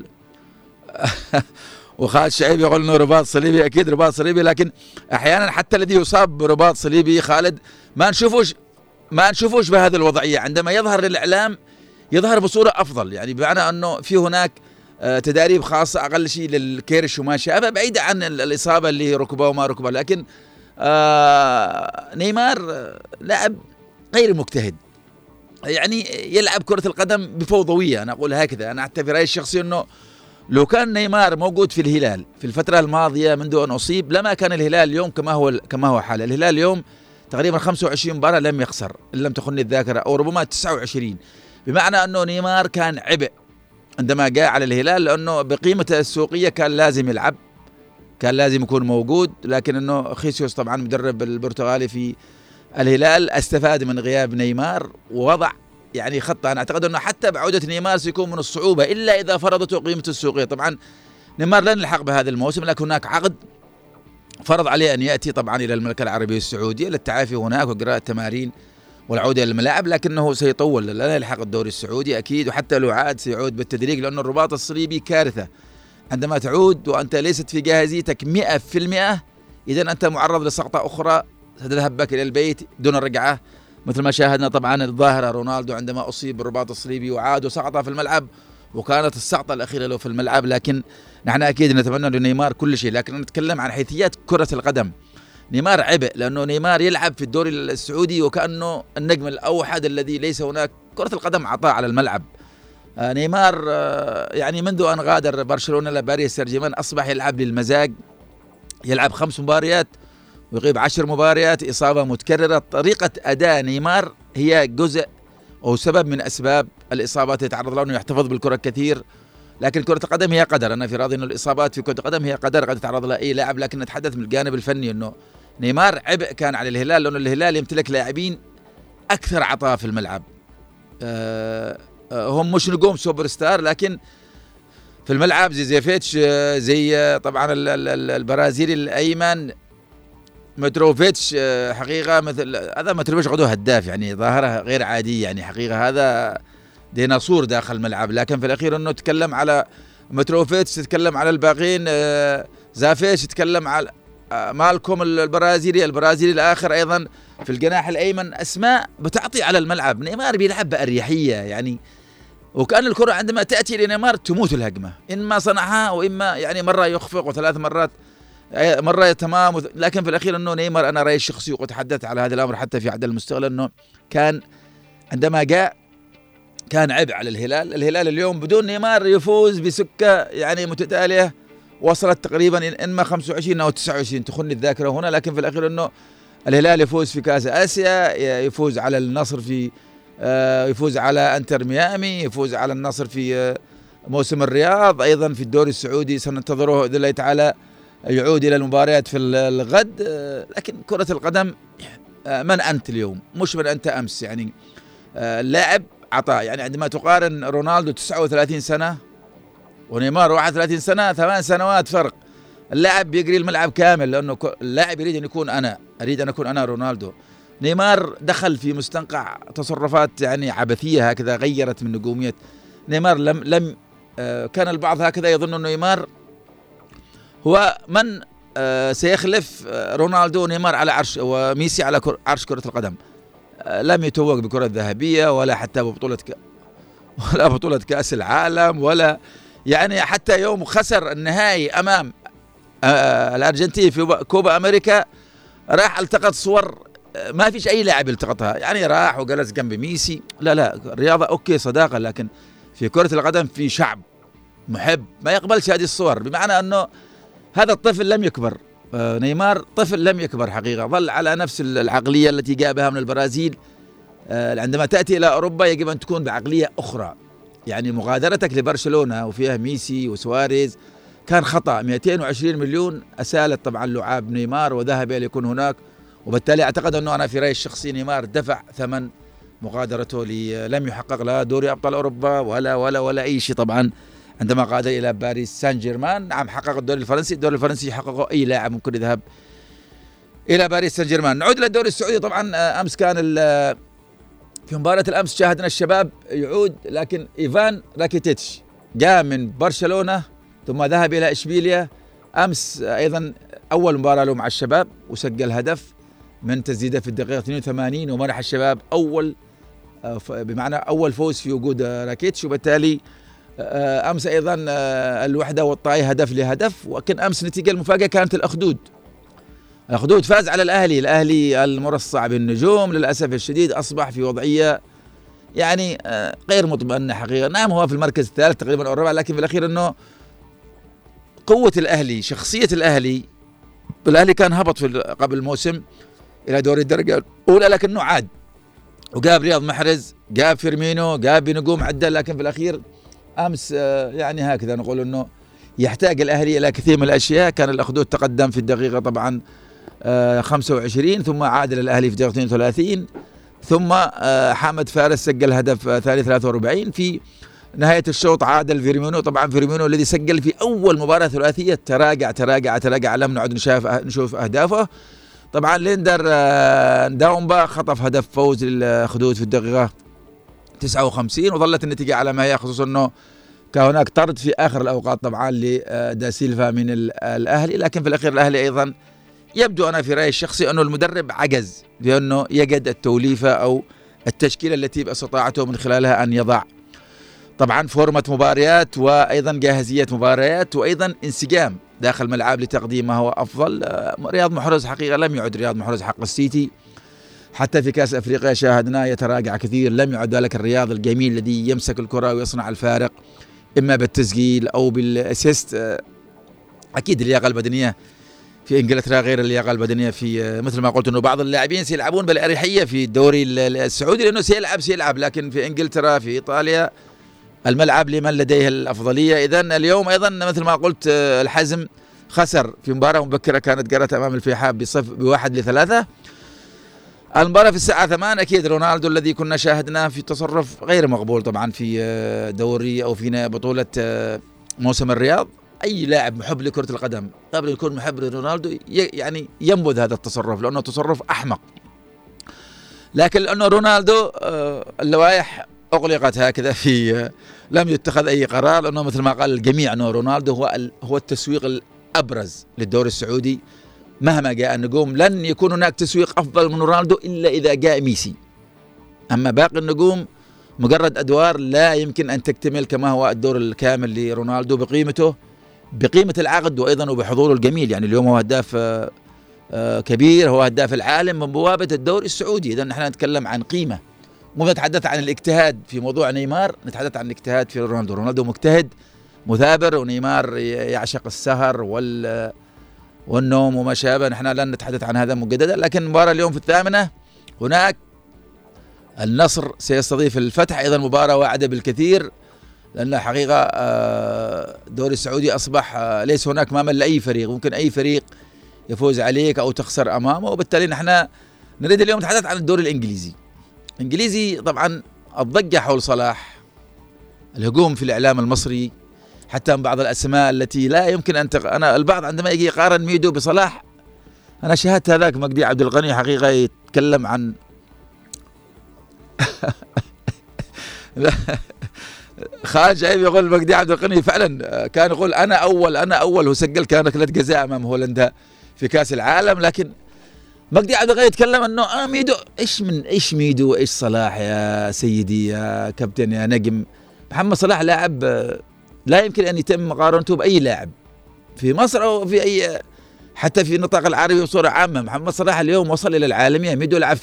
وخالد شعيب يقول انه رباط صليبي، اكيد رباط صليبي، لكن احيانا حتى الذي يصاب برباط صليبي خالد ما نشوفوش بهذه الوضعية، عندما يظهر للإعلام يظهر بصورة افضل، يعني بمعنى انه في هناك تداريب خاصة اقل شيء للكيرش وما شابه، بعيدة عن الإصابة اللي ركبه وما ركبه. لكن نيمار لاعب غير مجتهد، يعني يلعب كرة القدم بفوضوية، أنا أقول هكذا. أنا أعتبر رأيي الشخصي أنه لو كان نيمار موجود في الهلال في الفترة الماضية منذ أن أصيب لما كان الهلال اليوم كما هو حاله. الهلال اليوم تقريبا 25 مباراة لم يخسر إن لم تخني الذاكرة، أو ربما 29، بمعنى أنه نيمار كان عبء عندما جاء على الهلال، لأنه بقيمته السوقية كان لازم يلعب، كان لازم يكون موجود. لكن أنه خيسيوس طبعا مدرب البرتغالي في الهلال استفاد من غياب نيمار ووضع يعني خطة. أنا أعتقد أنه حتى بعودة نيمار سيكون من الصعوبة إلا إذا فرضته قيمته السوقية. طبعا نيمار لن يلحق بهذا الموسم، لكن هناك عقد فرض عليه أن يأتي طبعا إلى المملكة العربية السعودية للتعافي هناك وقراءة التمارين والعودة إلى الملاعب، لكنه سيطول، لن يلحق الدوري السعودي أكيد، وحتى لو عاد سيعود بالتدريج، لأن الرباط الصليبي كارثة عندما تعود وأنت ليست في جاهزيتك 100%، إذا أنت معرض لسقطة أخرى ستذهب بك إلى البيت دون الرجعة، مثل ما شاهدنا طبعا الظاهرة رونالدو عندما أصيب بالرباط الصليبي وعاد وسقط في الملعب، وكانت السقطة الأخيرة له في الملعب. لكن نحن أكيد نتمنى لنيمار كل شيء، لكن نتكلم عن حيثيات كرة القدم. نيمار عبء، لأنه نيمار يلعب في الدوري السعودي وكأنه النجم الأوحد الذي ليس هناك كرة القدم عطاء على الملعب. نيمار يعني منذ أن غادر برشلونة لباريس سان جيرمان أصبح يلعب للمزاج، يلعب 5 مباريات ويغيب 10 مباريات، إصابة متكررة. طريقة أداء نيمار هي جزء أو سبب من أسباب الإصابات اللي يتعرض لها، أنه يحتفظ بالكرة كثير. لكن كرة القدم هي قدر، أنا في راضي أن الإصابات في كرة القدم هي قدر قد يتعرض لها أي لاعب. لكن نتحدث من الجانب الفني أنه نيمار عبء كان على الهلال، لأن الهلال يمتلك لاعبين أكثر عطاء في الملعب، هم مش نجوم سوبر ستار، لكن في الملعب زي زيفيتش، زي طبعا البرازيلي الأيمن متروفيتش، حقيقة مثل هذا متروفيتش عضو هداف، يعني ظاهرة غير عادية، يعني حقيقة هذا ديناصور داخل الملعب. لكن في الأخير أنه تكلم على متروفيتش، تتكلم على الباقين، زافيتش، تتكلم على مالكوم البرازيلي الآخر أيضا في الجناح الأيمن، أسماء بتعطي على الملعب. نيمار بيلعب بأريحية، يعني وكأن الكرة عندما تأتي لنيمار تموت الهجمة، إما صنعها وإما يعني مرة يخفق وثلاث مرات مرة تمام. لكن في الأخير أنه نيمار أنا رأيي الشخصي وتحدثت على هذا الأمر حتى في عدل المستقبل، أنه كان عندما جاء كان عبء على الهلال اليوم بدون نيمار يفوز بسكة يعني متتالية وصلت تقريبا إما 25 أو 29 تخني الذاكرة هنا. لكن في الأخير أنه الهلال يفوز في كأس آسيا، يفوز على النصر في يفوز على أنتر ميامي، يفوز على النصر في موسم الرياض، أيضا في الدوري السعودي سننتظره بإذن الله تعالى يعود إلى المباريات في الغد. لكن كرة القدم من أنت اليوم مش من أنت أمس، يعني اللاعب عطاء. يعني عندما تقارن رونالدو 39 سنة ونيمار 31 سنة 8 سنوات فرق. اللاعب بيجري الملعب كامل لأنه اللاعب يريد أن يكون أريد أن أكون أنا رونالدو. نيمار دخل في مستنقع تصرفات يعني عبثية هكذا غيرت من نجومية نيمار. لم كان البعض هكذا يظن أن نيمار هو من سيخلف رونالدو ونيمار على عرش وميسي على عرش كرة القدم. لم يتوج بكرة ذهبية ولا حتى ببطولة كأس العالم، ولا يعني حتى يوم خسر النهائي أمام الأرجنتين في كوبا أمريكا راح التقط صور ما فيش أي لاعب التقطها، يعني راح وجلس جنب ميسي. لا الرياضة أوكي صداقة، لكن في كرة القدم في شعب محب ما يقبلش هذه الصور. بمعنى أنه هذا الطفل لم يكبر، نيمار طفل لم يكبر حقيقة، ظل على نفس العقلية التي جاء بها من البرازيل. عندما تأتي إلى أوروبا يجب أن تكون بعقلية أخرى. يعني مغادرتك لبرشلونة وفيها ميسي وسواريز كان خطأ. 220 مليون أسالت طبعا لعاب نيمار وذهب ليكون هناك، وبالتالي أعتقد أنه أنا في رأيي الشخصي نيمار دفع ثمن مغادرته لم يحقق لا دوري أبطال أوروبا ولا أي شيء. طبعا عندما قاد إلى باريس سان جيرمان نعم حقق الدوري الفرنسي يحققه أي لاعب ممكن يذهب إلى باريس سان جيرمان. نعود إلى الدوري السعودي. طبعا أمس كان في مباراة الأمس شاهدنا الشباب يعود، لكن إيفان راكيتيتش جاء من برشلونة ثم ذهب إلى إشبيليا. أمس أيضا أول مباراة له مع الشباب وسجل هدف من تسديده في الدقيقة 82 ومنح الشباب أول فوز في وجود راكيتش. وبالتالي أمس أيضا الوحدة والطائي هدف لهدف. وكان أمس نتيجة المفاجأة كانت الأخدود فاز على الأهلي المرصع بالنجوم. للأسف الشديد أصبح في وضعية يعني غير مطمئنة حقيقة. نعم هو في المركز الثالث تقريبا أو الرابع، لكن في الأخير أنه قوة الأهلي شخصية الأهلي كان هبط قبل الموسم إلى دوري الدرجة الأولى، لكنه عاد وجاب رياض محرز، جاب فيرمينو، جاب بنجوم عدة. لكن في الأخير أمس يعني هكذا نقول أنه يحتاج الأهلي إلى كثير من الأشياء. كان الأخدود تقدم في الدقيقة طبعا 25 ثم عاد الأهلي في دقيقة 32 ثم حامد فارس سجل هدف ثاني 43 في نهاية الشوط. عادل فيرمينو، طبعا فيرمينو الذي سجل في أول مباراة ثلاثية تراجع لم نعد نشوف أهدافه. طبعا ليندر داومبا خطف هدف فوز للأخدود في الدقيقة 59 وظلت النتيجة على ما هي، خصوصا أنه كان هناك طرد في آخر الأوقات طبعا لدا سيلفا من الأهلي. لكن في الأخير الأهلي أيضا يبدو أنا في رأيي الشخصي أنه المدرب عجز لأنه يجد التوليفة أو التشكيلة التي باستطاعته من خلالها أن يضع طبعا فورمة مباريات وأيضا جاهزية مباريات وأيضا انسجام داخل الملعب لتقديم ما هو أفضل. رياض محرز حقيقة لم يعد رياض محرز حق السيتي، حتى في كأس أفريقيا شاهدناه يتراجع كثير. لم يعد ذلك الرياض الجميل الذي يمسك الكرة ويصنع الفارق إما بالتسجيل أو بالأسيست. أكيد اللياقة البدنية في إنجلترا غير اللياقة البدنية في مثل ما قلت أنه بعض اللاعبين سيلعبون بالأريحية في الدوري السعودي لأنه سيلعب، لكن في إنجلترا في إيطاليا الملعب لمن لديه الأفضلية. إذن اليوم أيضا مثل ما قلت الحزم خسر في مباراة مبكرة كانت جرت أمام الفيحاء ب1-3. المباراة في الساعة 8 أكيد رونالدو الذي كنا شاهدناه في تصرف غير مقبول طبعا في دوري أو في بطولة موسم الرياض. أي لاعب محب لكرة القدم قبل يكون محب لرونالدو يعني ينبذ هذا التصرف لأنه تصرف أحمق. لكن لأنه رونالدو اللوائح أغلقت هكذا في لم يتخذ أي قرار، لأنه مثل ما قال الجميع أنه رونالدو هو التسويق الأبرز للدوري السعودي. مهما جاء النجوم لن يكون هناك تسويق أفضل من رونالدو إلا إذا جاء ميسي. أما باقي النجوم مجرد أدوار لا يمكن أن تكتمل كما هو الدور الكامل لرونالدو بقيمة العقد وأيضا وبحضوره الجميل. يعني اليوم هو هداف كبير، هو هداف العالم من بوابة الدوري السعودي. إذا نحن نتكلم عن قيمة، مو نتحدث عن الاجتهاد في موضوع نيمار، نتحدث عن الاجتهاد في رونالدو مجتهد مثابر، ونيمار يعشق السهر والنوم وما شابه. نحن لن نتحدث عن هذا مجددا، لكن المباراة اليوم في 8 هناك النصر سيستضيف الفتح، أيضا مباراة واعدة بالكثير، لأن حقيقة الدوري السعودي أصبح ليس هناك مامل لأي فريق، ممكن أي فريق يفوز عليك أو تخسر أمامه. وبالتالي نحن نريد اليوم نتحدث عن الدوري الإنجليزي. طبعا الضجة حول صلاح، الهجوم في الإعلام المصري، حتى من بعض الأسماء التي لا يمكن أن أنا البعض عندما يجي يقارن ميدو بصلاح، أنا شاهدت هذاك مجدي عبد الغني حقيقة يتكلم عن خالد جايب يقول مجدي عبد الغني فعلا كان يقول أنا أول وسجل كان ركلة جزاء أمام هولندا في كأس العالم. لكن مجدي عبد الغني يتكلم أنه ميدو إيش ميدو وإيش صلاح يا سيدي يا كابتن يا نجم. محمد صلاح لاعب لا يمكن أن يتم مقارنته بأي لاعب في مصر أو في أي حتى في النطاق العربي بصورة عامة. محمد صلاح اليوم وصل إلى العالمية. ميدو لعب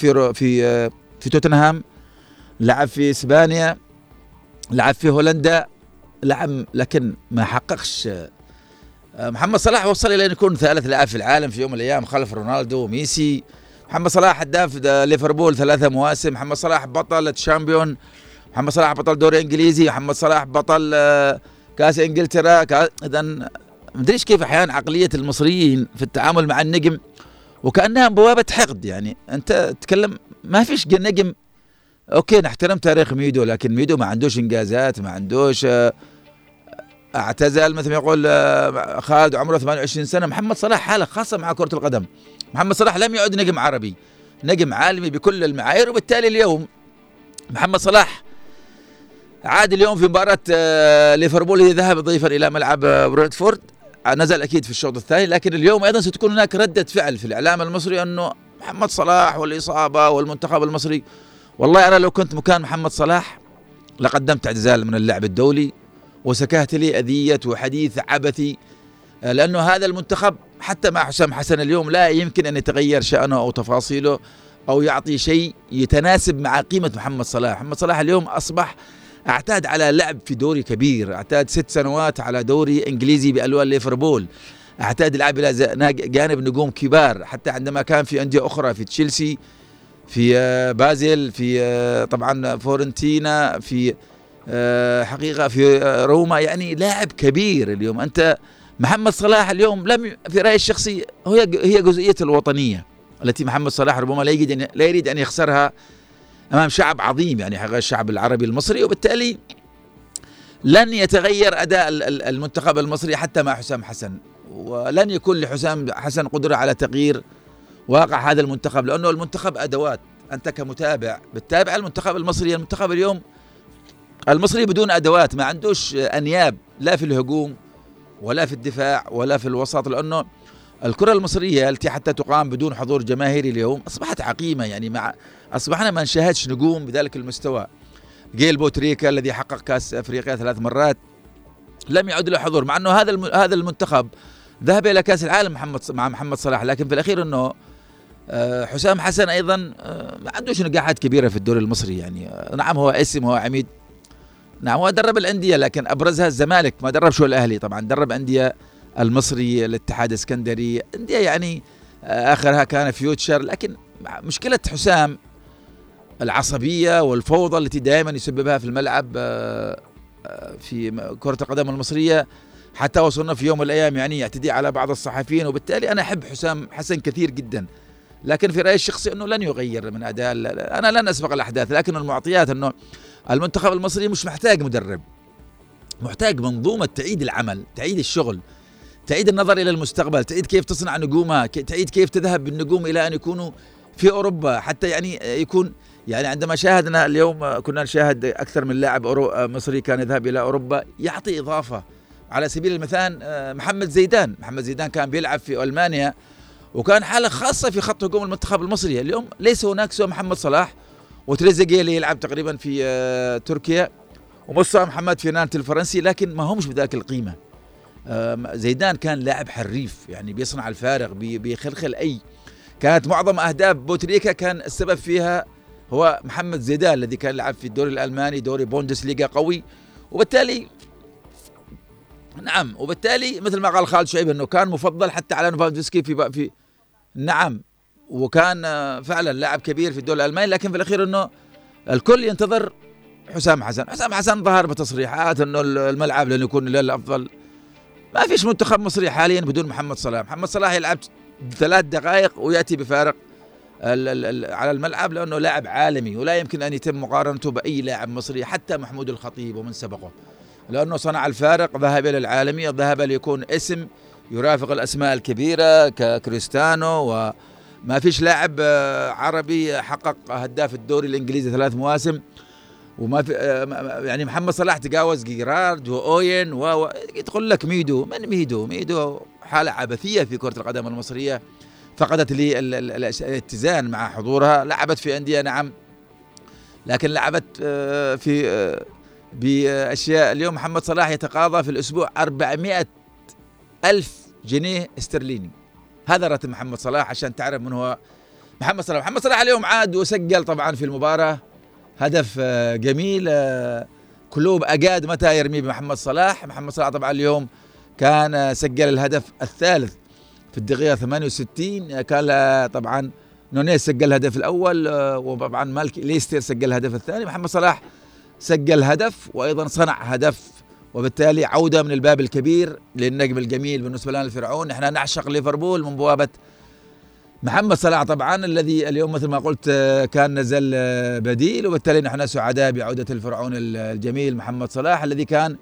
في توتنهام، لعب في إسبانيا، لعب في هولندا، لعب لكن ما حققش. محمد صلاح وصل إلى أن يكون ثالث لاعب في العالم في يوم من الأيام خلف رونالدو وميسي. محمد صلاح هداف ليفربول 3 مواسم. محمد صلاح بطل تشامبيون. محمد صلاح بطل دوري إنجليزي. محمد صلاح بطل كأس إنجلترا. إذا ما أدري كيف أحيانا عقلية المصريين في التعامل مع النجم وكأنها بوابة حقد. يعني أنت تتكلم ما فيش نجم، أوكي نحترم تاريخ ميدو، لكن ميدو ما عندوش إنجازات، ما عندوش اعتزل مثل ما يقول خالد عمره 28 سنة. محمد صلاح حالة خاصة مع كرة القدم. محمد صلاح لم يعد نجم عربي، نجم عالمي بكل المعايير. وبالتالي اليوم محمد صلاح عاد اليوم في مباراة ليفربول ذهب ضيفا إلى ملعب برنتفورد، نزل أكيد في الشوط الثاني. لكن اليوم أيضا ستكون هناك ردة فعل في الإعلام المصري أنه محمد صلاح والإصابة والمنتخب المصري. والله أنا لو كنت مكان محمد صلاح لقدمت اعتزال من اللعب الدولي وسكهت لي أذية وحديث عبثي، لأنه هذا المنتخب حتى مع حسام حسن اليوم لا يمكن أن يتغير شأنه أو تفاصيله أو يعطي شيء يتناسب مع قيمة محمد صلاح. محمد صلاح اليوم أصبح اعتاد على لعب في دوري كبير، اعتاد 6 سنوات على دوري إنجليزي بألوان ليفربول، اعتاد لعب إلى جانب نجوم كبار، حتى عندما كان في أندية أخرى في تشيلسي، في بازل، في طبعا فورنتينا، في حقيقة في روما. يعني لاعب كبير. اليوم أنت محمد صلاح اليوم لم في رأيي الشخصي هي جزئية الوطنية التي محمد صلاح ربما لا يريد أن يخسرها أمام شعب عظيم، يعني حقيقة الشعب العربي المصري. وبالتالي لن يتغير أداء المنتخب المصري حتى مع حسام حسن، ولن يكون لحسام حسن قدرة على تغيير واقع هذا المنتخب، لأنه المنتخب أدوات. أنت كمتابع بتتابع المنتخب المصري. المنتخب اليوم المصري بدون أدوات، ما عندوش أنياب لا في الهجوم ولا في الدفاع ولا في الوسط، لأنه الكرة المصرية التي حتى تقام بدون حضور جماهيري اليوم أصبحت عقيمة. يعني أصبحنا ما نشاهدش نجوم بذلك المستوى. جيل بوتريكا الذي حقق كأس أفريقيا 3 مرات لم يعد له حضور، مع أنه هذا المنتخب ذهب إلى كأس العالم مع محمد صلاح. لكن في الأخير أنه حسام حسن أيضا ما عندوش نجاحات كبيرة في الدوري المصري. يعني نعم هو اسم، هو عميد، نعم هو درب الأندية، لكن أبرزها الزمالك، ما درب شو الأهلي. طبعا درب أندية المصري، الاتحاد الاسكندري، أندية يعني آخرها كان فيوتشر. لكن مشكلة حسام العصبية والفوضى التي دائما يسببها في الملعب في كرة القدم المصرية، حتى وصلنا في يوم من الأيام يعني يعتدي على بعض الصحفيين. وبالتالي أنا أحب حسام حسن كثير جدا، لكن في رأيي الشخصي أنه لن يغير من أداء. أنا لن أسبق الأحداث، لكن المعطيات أنه المنتخب المصري مش محتاج مدرب، محتاج منظومة تعيد العمل، تعيد الشغل، تعيد النظر إلى المستقبل، تعيد كيف تصنع نجومها، تعيد كيف تذهب بالنجوم إلى أن يكونوا في أوروبا، حتى يعني يكون يعني عندما شاهدنا اليوم كنا نشاهد أكثر من لاعب مصري كان يذهب إلى أوروبا يعطي إضافة. على سبيل المثال محمد زيدان كان بيلعب في ألمانيا وكان حالة خاصة في خط هجوم المنتخب المصري. اليوم ليس هناك سوى محمد صلاح وتريزيجيه اللي يلعب تقريبا في تركيا، ومصطفى محمد في نانت الفرنسي، لكن ما همش بذاك القيمة. زيدان كان لاعب حريف، يعني بيصنع الفارق، بيخلخل كانت معظم أهداف بوتريكا كان السبب فيها هو محمد زيدان الذي كان يلعب في الدوري الألماني، دوري بوندسليغا قوي، وبالتالي مثل ما قال خالد شعيب انه كان مفضل حتى على نوفاندوفسكي في نعم، وكان فعلا لاعب كبير في الدوري الألماني، لكن في الأخير انه الكل ينتظر حسام حسن ظهر بتصريحات انه الملعب لن يكون الافضل. ما فيش منتخب مصري حاليا بدون محمد صلاح يلعب 3 دقائق وياتي بفارق على الملعب، لانه لاعب عالمي ولا يمكن ان يتم مقارنته باي لاعب مصري، حتى محمود الخطيب ومن سبقه، لانه صنع الفارق، ذهب الى العالميه، ذهب ليكون اسم يرافق الاسماء الكبيره ككريستيانو، وما فيش لاعب عربي حقق هداف الدوري الانجليزي 3 مواسم، وما في يعني محمد صلاح تجاوز جيرارد وأوين يدخل لك ميدو حالة عبثية في كرة القدم المصرية، فقدت لي الاتزان مع حضورها. لعبت في أندية نعم، لكن لعبت في بأشياء. اليوم محمد صلاح يتقاضى في الأسبوع 400,000 جنيه استرليني، هذا راتب محمد صلاح، عشان تعرف من هو محمد صلاح اليوم عاد وسجل طبعا في المباراة هدف جميل، كلوب أجاد متى يرمي بمحمد صلاح. محمد صلاح طبعا اليوم كان سجل الهدف الثالث في الدقيقة 68، كان طبعا نونيز سجل الهدف الأول، وطبعا مالك ليستر سجل الهدف الثاني. محمد صلاح سجل هدف وأيضا صنع هدف، وبالتالي عودة من الباب الكبير للنجم الجميل بالنسبة لنا الفرعون. احنا نعشق ليفربول من بوابة محمد صلاح طبعا، الذي اليوم مثل ما قلت كان نزل بديل، وبالتالي نحن سعداء بعودة الفرعون الجميل محمد صلاح، الذي كان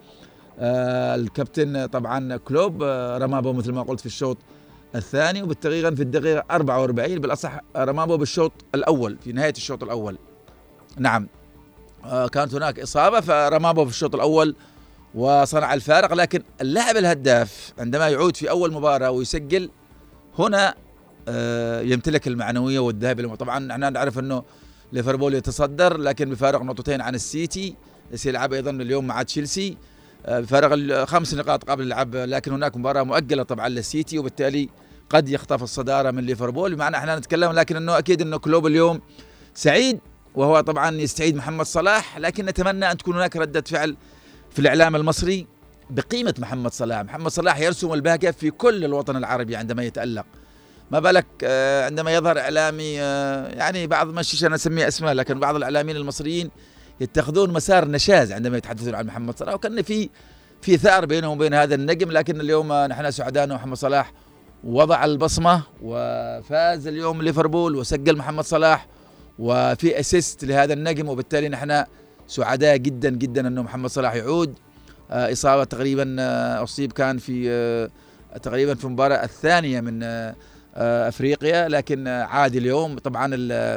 الكابتن طبعا كلوب رمابه مثل ما قلت في الشوط الثاني، وبالتقريبا في الدقيقة 44 بالأصح رمابه بالشوط الأول، في نهاية الشوط الأول نعم، كانت هناك إصابة فرمابه في الشوط الأول وصنع الفارق. لكن اللاعب الهداف عندما يعود في أول مباراة ويسجل هنا يمتلك المعنوية والذهب. طبعا نحن نعرف أنه ليفربول يتصدر لكن بفارق نقطتين عن السيتي، سيلعب أيضا اليوم مع تشيلسي بفارق 5 نقاط قبل اللعب، لكن هناك مباراة مؤجلة طبعا للسيتي، وبالتالي قد يخطف الصدارة من ليفربول. بمعنى احنا نتكلم، لكن أنه أكيد أنه كلوب اليوم سعيد، وهو طبعا يستعيد محمد صلاح، لكن نتمنى أن تكون هناك ردة فعل في الإعلام المصري بقيمة محمد صلاح. محمد صلاح يرسم البهجة في كل الوطن العربي عندما يتألق، ما بالك عندما يظهر إعلامي يعني بعض مش أنا أسميه أسماء، لكن بعض الإعلاميين المصريين يتخذون مسار نشاز عندما يتحدثون عن محمد صلاح، وكان في ثار بينهم وبين هذا النجم. لكن اليوم نحن سعداء أن محمد صلاح وضع البصمة وفاز اليوم ليفربول وسجل محمد صلاح وفي أسيست لهذا النجم، وبالتالي نحن سعداء جدا جدا أنه محمد صلاح يعود. إصابة تقريبا أصيب كان في تقريبا في المباراة الثانية من أفريقيا، لكن عاد اليوم. طبعا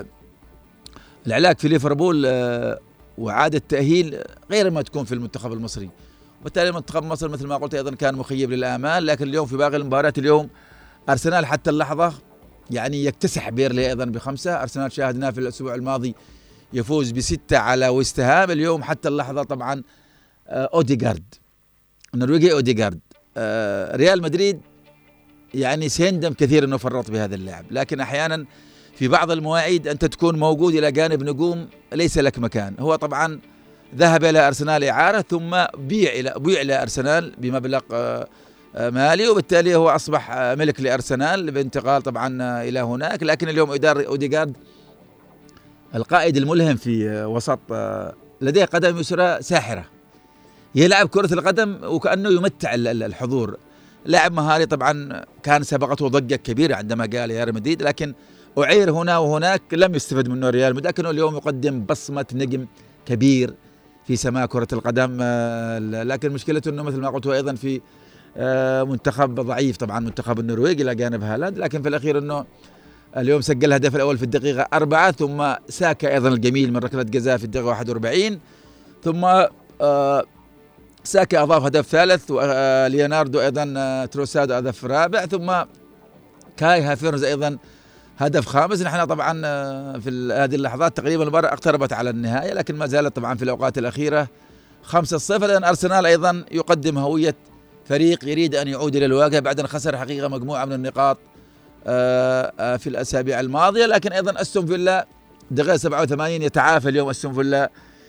العلاج في ليفربول وعاد التأهيل غير ما تكون في المنتخب المصري، وبالتالي منتخب مصر مثل ما قلت أيضا كان مخيب للآمال. لكن اليوم في باقي المباريات اليوم أرسنال حتى اللحظة يعني يكتسح بيرلي أيضا ب5. أرسنال شاهدناه في الأسبوع الماضي يفوز ب6 على ويست هام. اليوم حتى اللحظة طبعا أوديغارد النرويجي أوديغارد ريال مدريد يعني سيندم كثير أنه فرط بهذا اللاعب، لكن أحيانا في بعض المواعيد أنت تكون موجود إلى جانب نجوم ليس لك مكان. هو طبعا ذهب إلى أرسنال إعارة ثم بيع إلى أرسنال بمبلغ مالي، وبالتالي هو أصبح ملك لأرسنال بانتقال طبعا إلى هناك. لكن اليوم أوديغارد القائد الملهم في وسط، لديه قدم يسرى ساحرة، يلعب كرة القدم وكأنه يمتع الحضور. لاعب مهاري طبعا، كان سبقته ضجة كبيرة عندما جاء لريال مدريد، لكن أعير هنا وهناك لم يستفد منه ريال مدريد، لكنه اليوم يقدم بصمة نجم كبير في سماء كرة القدم. لكن مشكلته أنه مثل ما قلت هو أيضا في منتخب ضعيف طبعا، منتخب النرويج إلى جانب هالاند. لكن في الأخير أنه اليوم سجل الهدف الأول في الدقيقة 4، ثم ساكا أيضا الجميل من ركلة جزاء في الدقيقة 41، ثم ساكا أضاف هدف ثالث، وليوناردو أيضا تروسادو هدف رابع، ثم كاي هافيرنز أيضا هدف خامس. نحن طبعا في هذه اللحظات تقريبا المباراة اقتربت على النهاية، لكن ما زالت طبعا في الأوقات الأخيرة 5-0، لأن أرسنال أيضا يقدم هوية فريق يريد أن يعود إلى الواجهة بعد أن خسر حقيقة مجموعة من النقاط في الأسابيع الماضية. لكن أيضا أستون فيلا دقيقة 87 يتعافى اليوم أستون فيلا،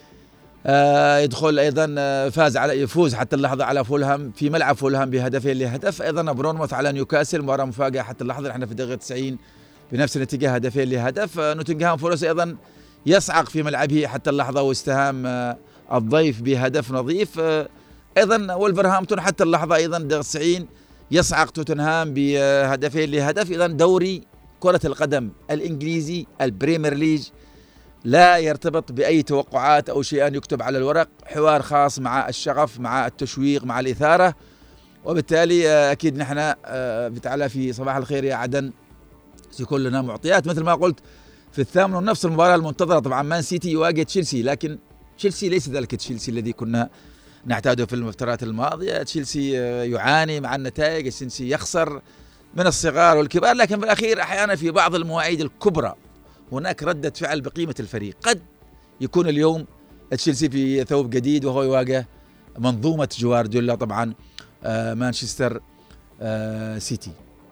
يدخل أيضا يفوز حتى اللحظة على فولهام في ملعب فولهام بهدفين لهدف. أيضا برونموث على نيوكاسل مباراة مفاجئة حتى اللحظة، نحن في دقيقة 90 بنفس النتيجة هدفين لهدف. نوتنغهام فورست أيضا يصعق في ملعبه حتى اللحظة واستهام الضيف بهدف نظيف. أيضا وولفرهامبتون حتى اللحظة أيضا دقيقة 90 يصعق توتنهام بهدفين لهدف. إذا دوري كرة القدم الإنجليزي البريمير ليج لا يرتبط بأي توقعات أو شيئا يكتب على الورق، حوار خاص مع الشغف مع التشويق مع الإثارة. وبالتالي أكيد نحن بتعالى في صباح الخير يا عدن سيكون لنا معطيات مثل ما قلت في 8:30 المباراة المنتظرة. طبعا مان سيتي يواجه تشيلسي، لكن تشيلسي ليس ذلك تشيلسي الذي كنا نعتاده في الفترات الماضية. تشيلسي يعاني مع النتائج، تشيلسي يخسر من الصغار والكبار، لكن في الأخير أحيانا في بعض المواعيد الكبرى هناك ردة فعل بقيمة الفريق. قد يكون اليوم تشيلسي في ثوب جديد وهو يواجه منظومة جوارديولا طبعا مانشستر سيتي.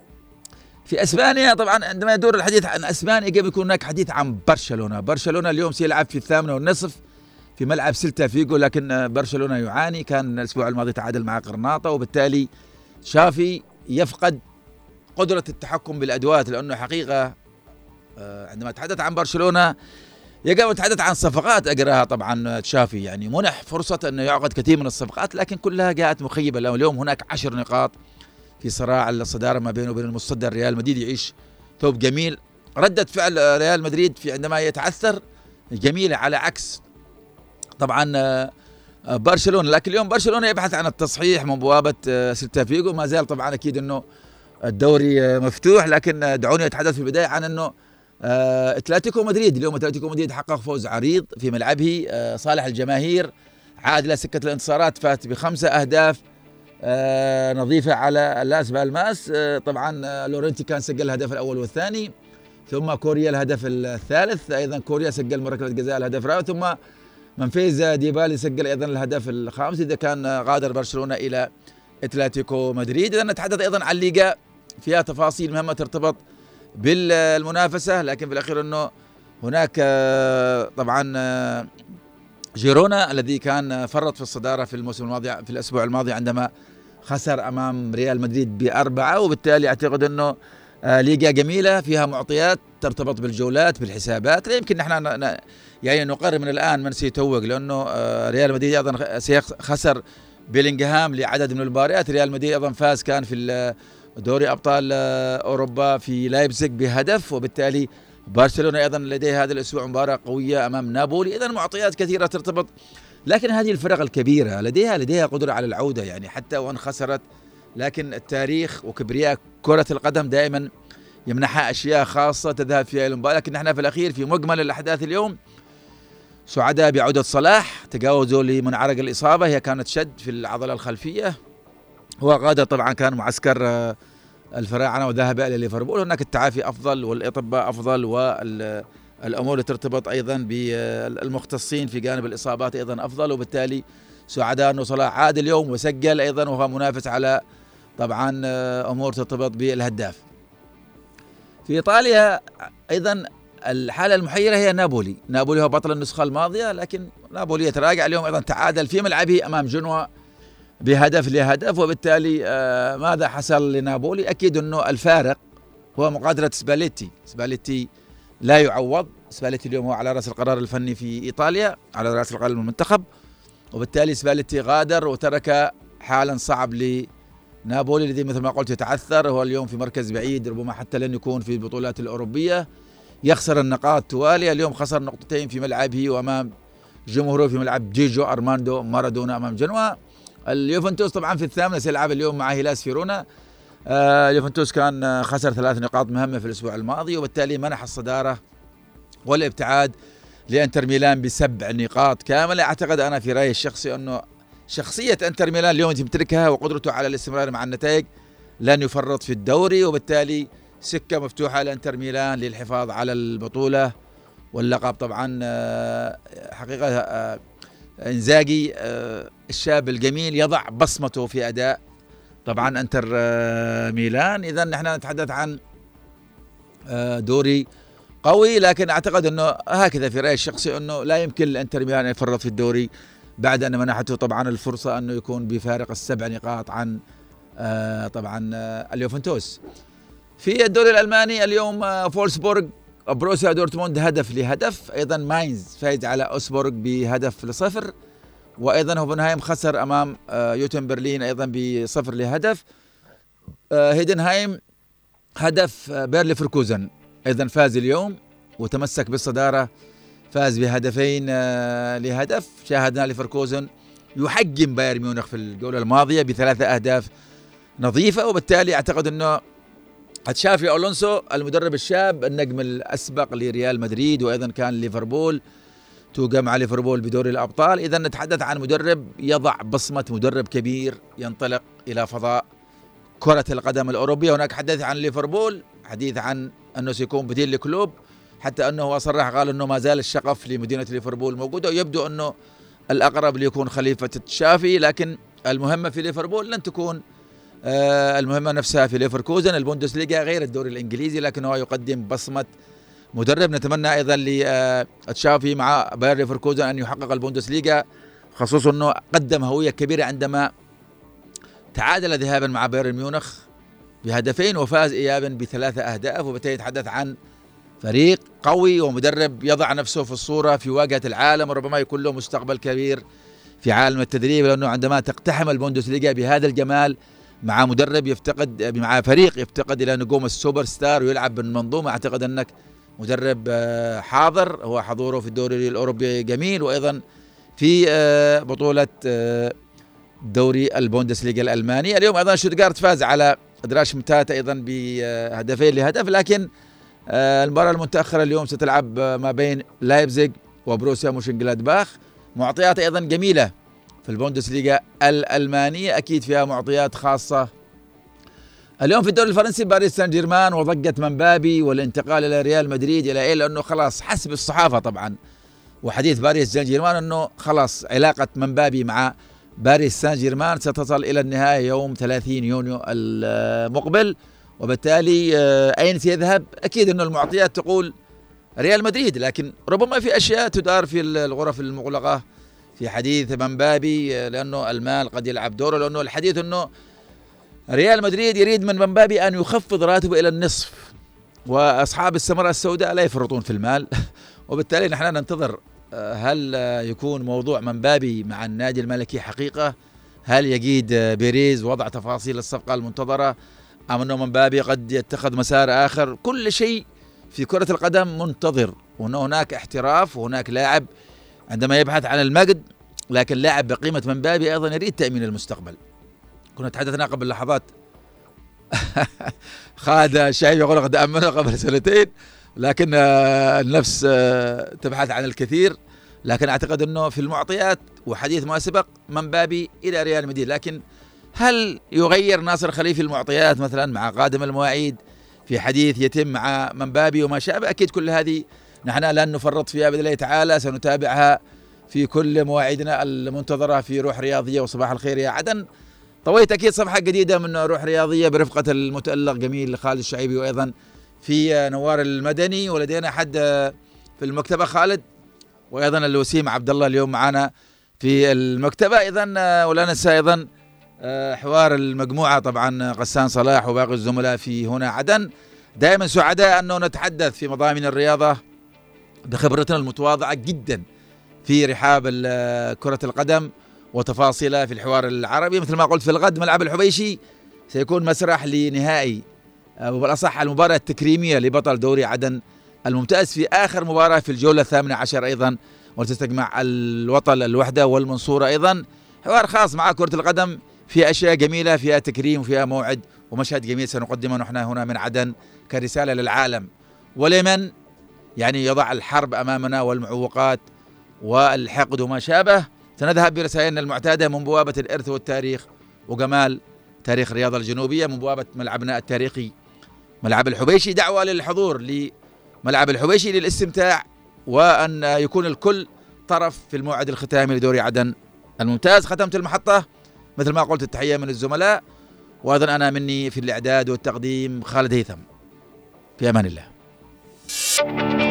في اسبانيا طبعا عندما يدور الحديث عن اسبانيا قبل يكون هناك حديث عن برشلونة اليوم سيلعب في 8:30 في ملعب سيلتا فيغو، لكن برشلونة يعاني، كان الاسبوع الماضي تعادل مع قرناطة، وبالتالي شافي يفقد قدرة التحكم بالادوات، لانه حقيقة عندما تحدث عن برشلونة يقام يتحدث عن صفقات اقراها طبعا تشافي، يعني منح فرصة انه يعقد كثير من الصفقات لكن كلها جاءت مخيبة. اليوم هناك 10 نقاط في صراع الصدارة ما بينه وبين المتصدر ريال مدريد، يعيش ثوب جميل. ردة فعل ريال مدريد في عندما يتعثر جميلة على عكس طبعا برشلونة، لكن اليوم برشلونة يبحث عن التصحيح من بوابة سيلتا فيغو. ما زال طبعا اكيد انه الدوري مفتوح، لكن دعوني اتحدث في البداية عن انه اتلتيكو مدريد. اليوم اتلتيكو مدريد حقق فوز عريض في ملعبه صالح الجماهير، عاد الى سكة الانتصارات، فات ب5 أهداف نظيفة على لاس بالماس. طبعا لورنتي كان سجل الهدف الأول والثاني، ثم كوريا الهدف الثالث، أيضا كوريا سجل من ركلة جزاء الهدف الرابع، ثم منفيز ديبالي سجل أيضا الهدف الخامس. إذا كان غادر برشلونة إلى اتلتيكو مدريد. إذا نتحدث أيضا عن الليغا فيها تفاصيل مهمة ترتبط بالمنافسة، لكن في الأخير أنه هناك طبعا جيرونا الذي كان فرط في الصدارة في الموسم الماضي في الأسبوع الماضي عندما خسر أمام ريال مدريد ب4، وبالتالي أعتقد أنه ليغا جميلة فيها معطيات ترتبط بالجولات بالحسابات. لا يمكن نحن يعني نقرر من الآن من سيتوج، لأنه ريال مدريد أيضا خسر بيلينغهام لعدد من المباريات. ريال مدريد أيضا فاز كان في دوري أبطال أوروبا في لايبزيغ بهدف، وبالتالي برشلونة أيضا لديه هذا الأسبوع مباراة قوية أمام نابولي. إذن معطيات كثيرة ترتبط، لكن هذه الفرق الكبيرة لديها قدرة على العودة، يعني حتى وإن خسرت، لكن التاريخ وكبرياء كرة القدم دائما يمنحها أشياء خاصة تذهب فيها إلى المباراة. لكن نحن في الأخير في مجمل الأحداث اليوم سعداء بعودة صلاح، تجاوزه لمنعرج الإصابة، هي كانت شد في العضلة الخلفية. هو غادر طبعا كان معسكر الفراعنة وذهب إلى ليفربول، هناك التعافي أفضل والأطباء أفضل، والأمور اللي ترتبط أيضا بالمختصين في جانب الإصابات أيضا أفضل، وبالتالي سعداء أنه صلاح عاد اليوم وسجل أيضا، وهو منافس على طبعا أمور ترتبط بالهداف. في إيطاليا أيضا الحالة المحيرة هي نابولي هو بطل النسخة الماضية، لكن نابولي يتراجع اليوم، أيضا تعادل في ملعبه أمام جنوا بهدف لهدف، وبالتالي ماذا حصل لنابولي؟ أكيد أنه الفارق هو مقادرة سباليتي لا يعوض. سباليتي اليوم هو على رأس القرار الفني في إيطاليا، على رأس القرار المنتخب، وبالتالي سباليتي غادر وترك حالا صعب لنابولي الذي مثل ما قلت يتعثر، هو اليوم في مركز بعيد، ربما حتى لن يكون في البطولات الأوروبية، يخسر النقاط توالي. اليوم خسر نقطتين في ملعبه وأمام جمهوره في ملعب ديجو أرماندو مارادونا أمام جنوا. اليوفنتوس طبعا في الثامنة سيلعب اليوم مع هيلاس فيرونا. اليوفنتوس كان خسر 3 نقاط مهمة في الأسبوع الماضي، وبالتالي منح الصدارة والابتعاد لأنتر ميلان ب7 نقاط كاملة. أعتقد أنا في رأيي الشخصي أنه شخصية أنتر ميلان اليوم تمتلكها وقدرته على الاستمرار مع النتائج، لن يفرط في الدوري، وبالتالي سكة مفتوحة لإنتر ميلان للحفاظ على البطولة واللقب. طبعا حقيقة إنزاغي الشاب الجميل يضع بصمته في أداء طبعا إنتر ميلان. إذا نحن نتحدث عن دوري قوي، لكن أعتقد أنه هكذا في رأيي الشخصي أنه لا يمكن لإنتر ميلان يفرط في الدوري بعد أن منحته طبعا الفرصة أنه يكون بفارق 7 نقاط عن طبعا اليوفنتوس. في الدوري الألماني اليوم فولسبورغ بروسيا دورتموند هدف لهدف، أيضا ماينز فاز على أوسبورغ ب1-0، وأيضا هوفنهايم خسر أمام يوتن برلين أيضا ب0-0. هيدنهايم هدف بير ليفركوزن أيضا فاز اليوم وتمسك بالصدارة، فاز بهدفين لهدف. شاهدنا ليفركوزن يحجم بايرن ميونخ في الجولة الماضية ب3 أهداف نظيفة، وبالتالي أعتقد أنه تشافي ألونسو المدرب الشاب النجم الأسبق لريال مدريد وأيضا كان ليفربول، توقع مع ليفربول بدوري الأبطال. إذا نتحدث عن مدرب يضع بصمة مدرب كبير ينطلق إلى فضاء كرة القدم الأوروبية. هناك حديث عن ليفربول، حديث عن أنه سيكون بديل لكلوب، حتى أنه صرح قال أنه ما زال الشغف لمدينة ليفربول موجودة، ويبدو أنه الأقرب ليكون خليفة تشافي. لكن المهمة في ليفربول لن تكون المهمة نفسها في ليفركوزن. البوندسليغا غير الدوري الإنجليزي، لكن هو يقدم بصمة مدرب. نتمنى أيضا لتشافي مع باير ليفركوزن أن يحقق البوندسليغا، خصوصا أنه قدم هوية كبيرة عندما تعادل ذهابا مع بايرن ميونخ بهدفين وفاز إيابا ب3 أهداف. وبالتالي يتحدث عن فريق قوي ومدرب يضع نفسه في الصورة في واجهة العالم، وربما يكون له مستقبل كبير في عالم التدريب، لأنه عندما تقتحم البوندسليغا بهذا الجمال مع مدرب يفتقد، مع فريق يفتقد إلى نجوم السوبر ستار ويلعب بالمنظومة، أعتقد أنك مدرب حاضر. هو حضوره في الدوري الأوروبي جميل، وأيضا في بطولة دوري البوندسليغا الألماني. اليوم أيضا شوتغارت فاز على دراشمتات أيضا بهدفين لهدف، لكن المباراة المتأخرة اليوم ستلعب ما بين لايبزيغ وبروسيا موشنجلادباخ. معطيات أيضا جميلة في البوندسليغا الألمانية، أكيد فيها معطيات خاصة. اليوم في الدوري الفرنسي باريس سان جيرمان وضجة مبابي والانتقال إلى ريال مدريد إلى إيه، لأنه خلاص حسب الصحافة طبعا وحديث باريس سان جيرمان أنه خلاص علاقة مبابي مع باريس سان جيرمان ستصل إلى النهاية يوم 30 يونيو المقبل، وبالتالي أين سيذهب؟ أكيد أنه المعطيات تقول ريال مدريد، لكن ربما في أشياء تدار في الغرف المغلقة في حديث مبابي، لأنه المال قد يلعب دوره، لأنه الحديث أنه ريال مدريد يريد من مبابي أن يخفض راتبه إلى النصف، وأصحاب السمرة السوداء لا يفرطون في المال وبالتالي نحن ننتظر هل يكون موضوع مبابي مع النادي الملكي حقيقة؟ هل يجيد بيريز وضع تفاصيل الصفقة المنتظرة، أم أنه مبابي قد يتخذ مسار آخر؟ كل شيء في كرة القدم منتظر، وأن هناك احتراف وهناك لاعب عندما يبحث عن المجد، لكن لاعب بقيمة مبابي أيضا يريد تأمين المستقبل. كنا تحدثنا قبل لحظات خالد الشايب يقول قد أمنه قبل 2 سنين، لكن النفس تبحث عن الكثير. لكن أعتقد أنه في المعطيات وحديث ما سبق مبابي إلى ريال مدريد، لكن هل يغير ناصر خليفي المعطيات مثلا مع قادم المواعيد في حديث يتم مع مبابي وما شابه؟ أكيد كل هذه نحن لن نفرط فيها بإذن الله تعالى، سنتابعها في كل مواعيدنا المنتظرة في روح رياضية. وصباح الخير يا عدن، طويت أكيد صفحة جديدة من روح رياضية برفقة المتألق جميل خالد الشعيبي، وأيضا في نوار المدني، ولدينا حد في المكتبة خالد، وأيضا الوسيم عبد الله اليوم معنا في المكتبة أيضا. ولا ننسى أيضا حوار المجموعة طبعا غسان صلاح وباقي الزملاء في هنا عدن. دائما سعداء أنه نتحدث في مضامين الرياضة بخبرتنا المتواضعة جدا في رحاب كرة القدم وتفاصيلها في الحوار العربي. مثل ما قلت في الغد ملعب الحبيشي سيكون مسرح لنهائي وبالأصح المباراة التكريمية لبطل دوري عدن الممتاز في آخر مباراة في الجولة 18 أيضا، وتستجمع الوطن الوحدة والمنصورة أيضا. حوار خاص مع كرة القدم في أشياء جميلة، فيها تكريم وفيها موعد ومشهد جميل سنقدمه نحن هنا من عدن كرسالة للعالم ولمن يعني يضع الحرب أمامنا والمعوقات والحقد وما شابه. سنذهب برسائلنا المعتادة من بوابة الإرث والتاريخ وجمال تاريخ الرياضة الجنوبية، من بوابة ملعبنا التاريخي ملعب الحبيشي دعوة للحضور لملعب الحبيشي للاستمتاع، وأن يكون الكل طرف في الموعد الختامي لدوري عدن الممتاز. ختمت المحطة مثل ما قلت، التحية من الزملاء، وأيضا أنا مني في الإعداد والتقديم خالد هيثم. في أمان الله.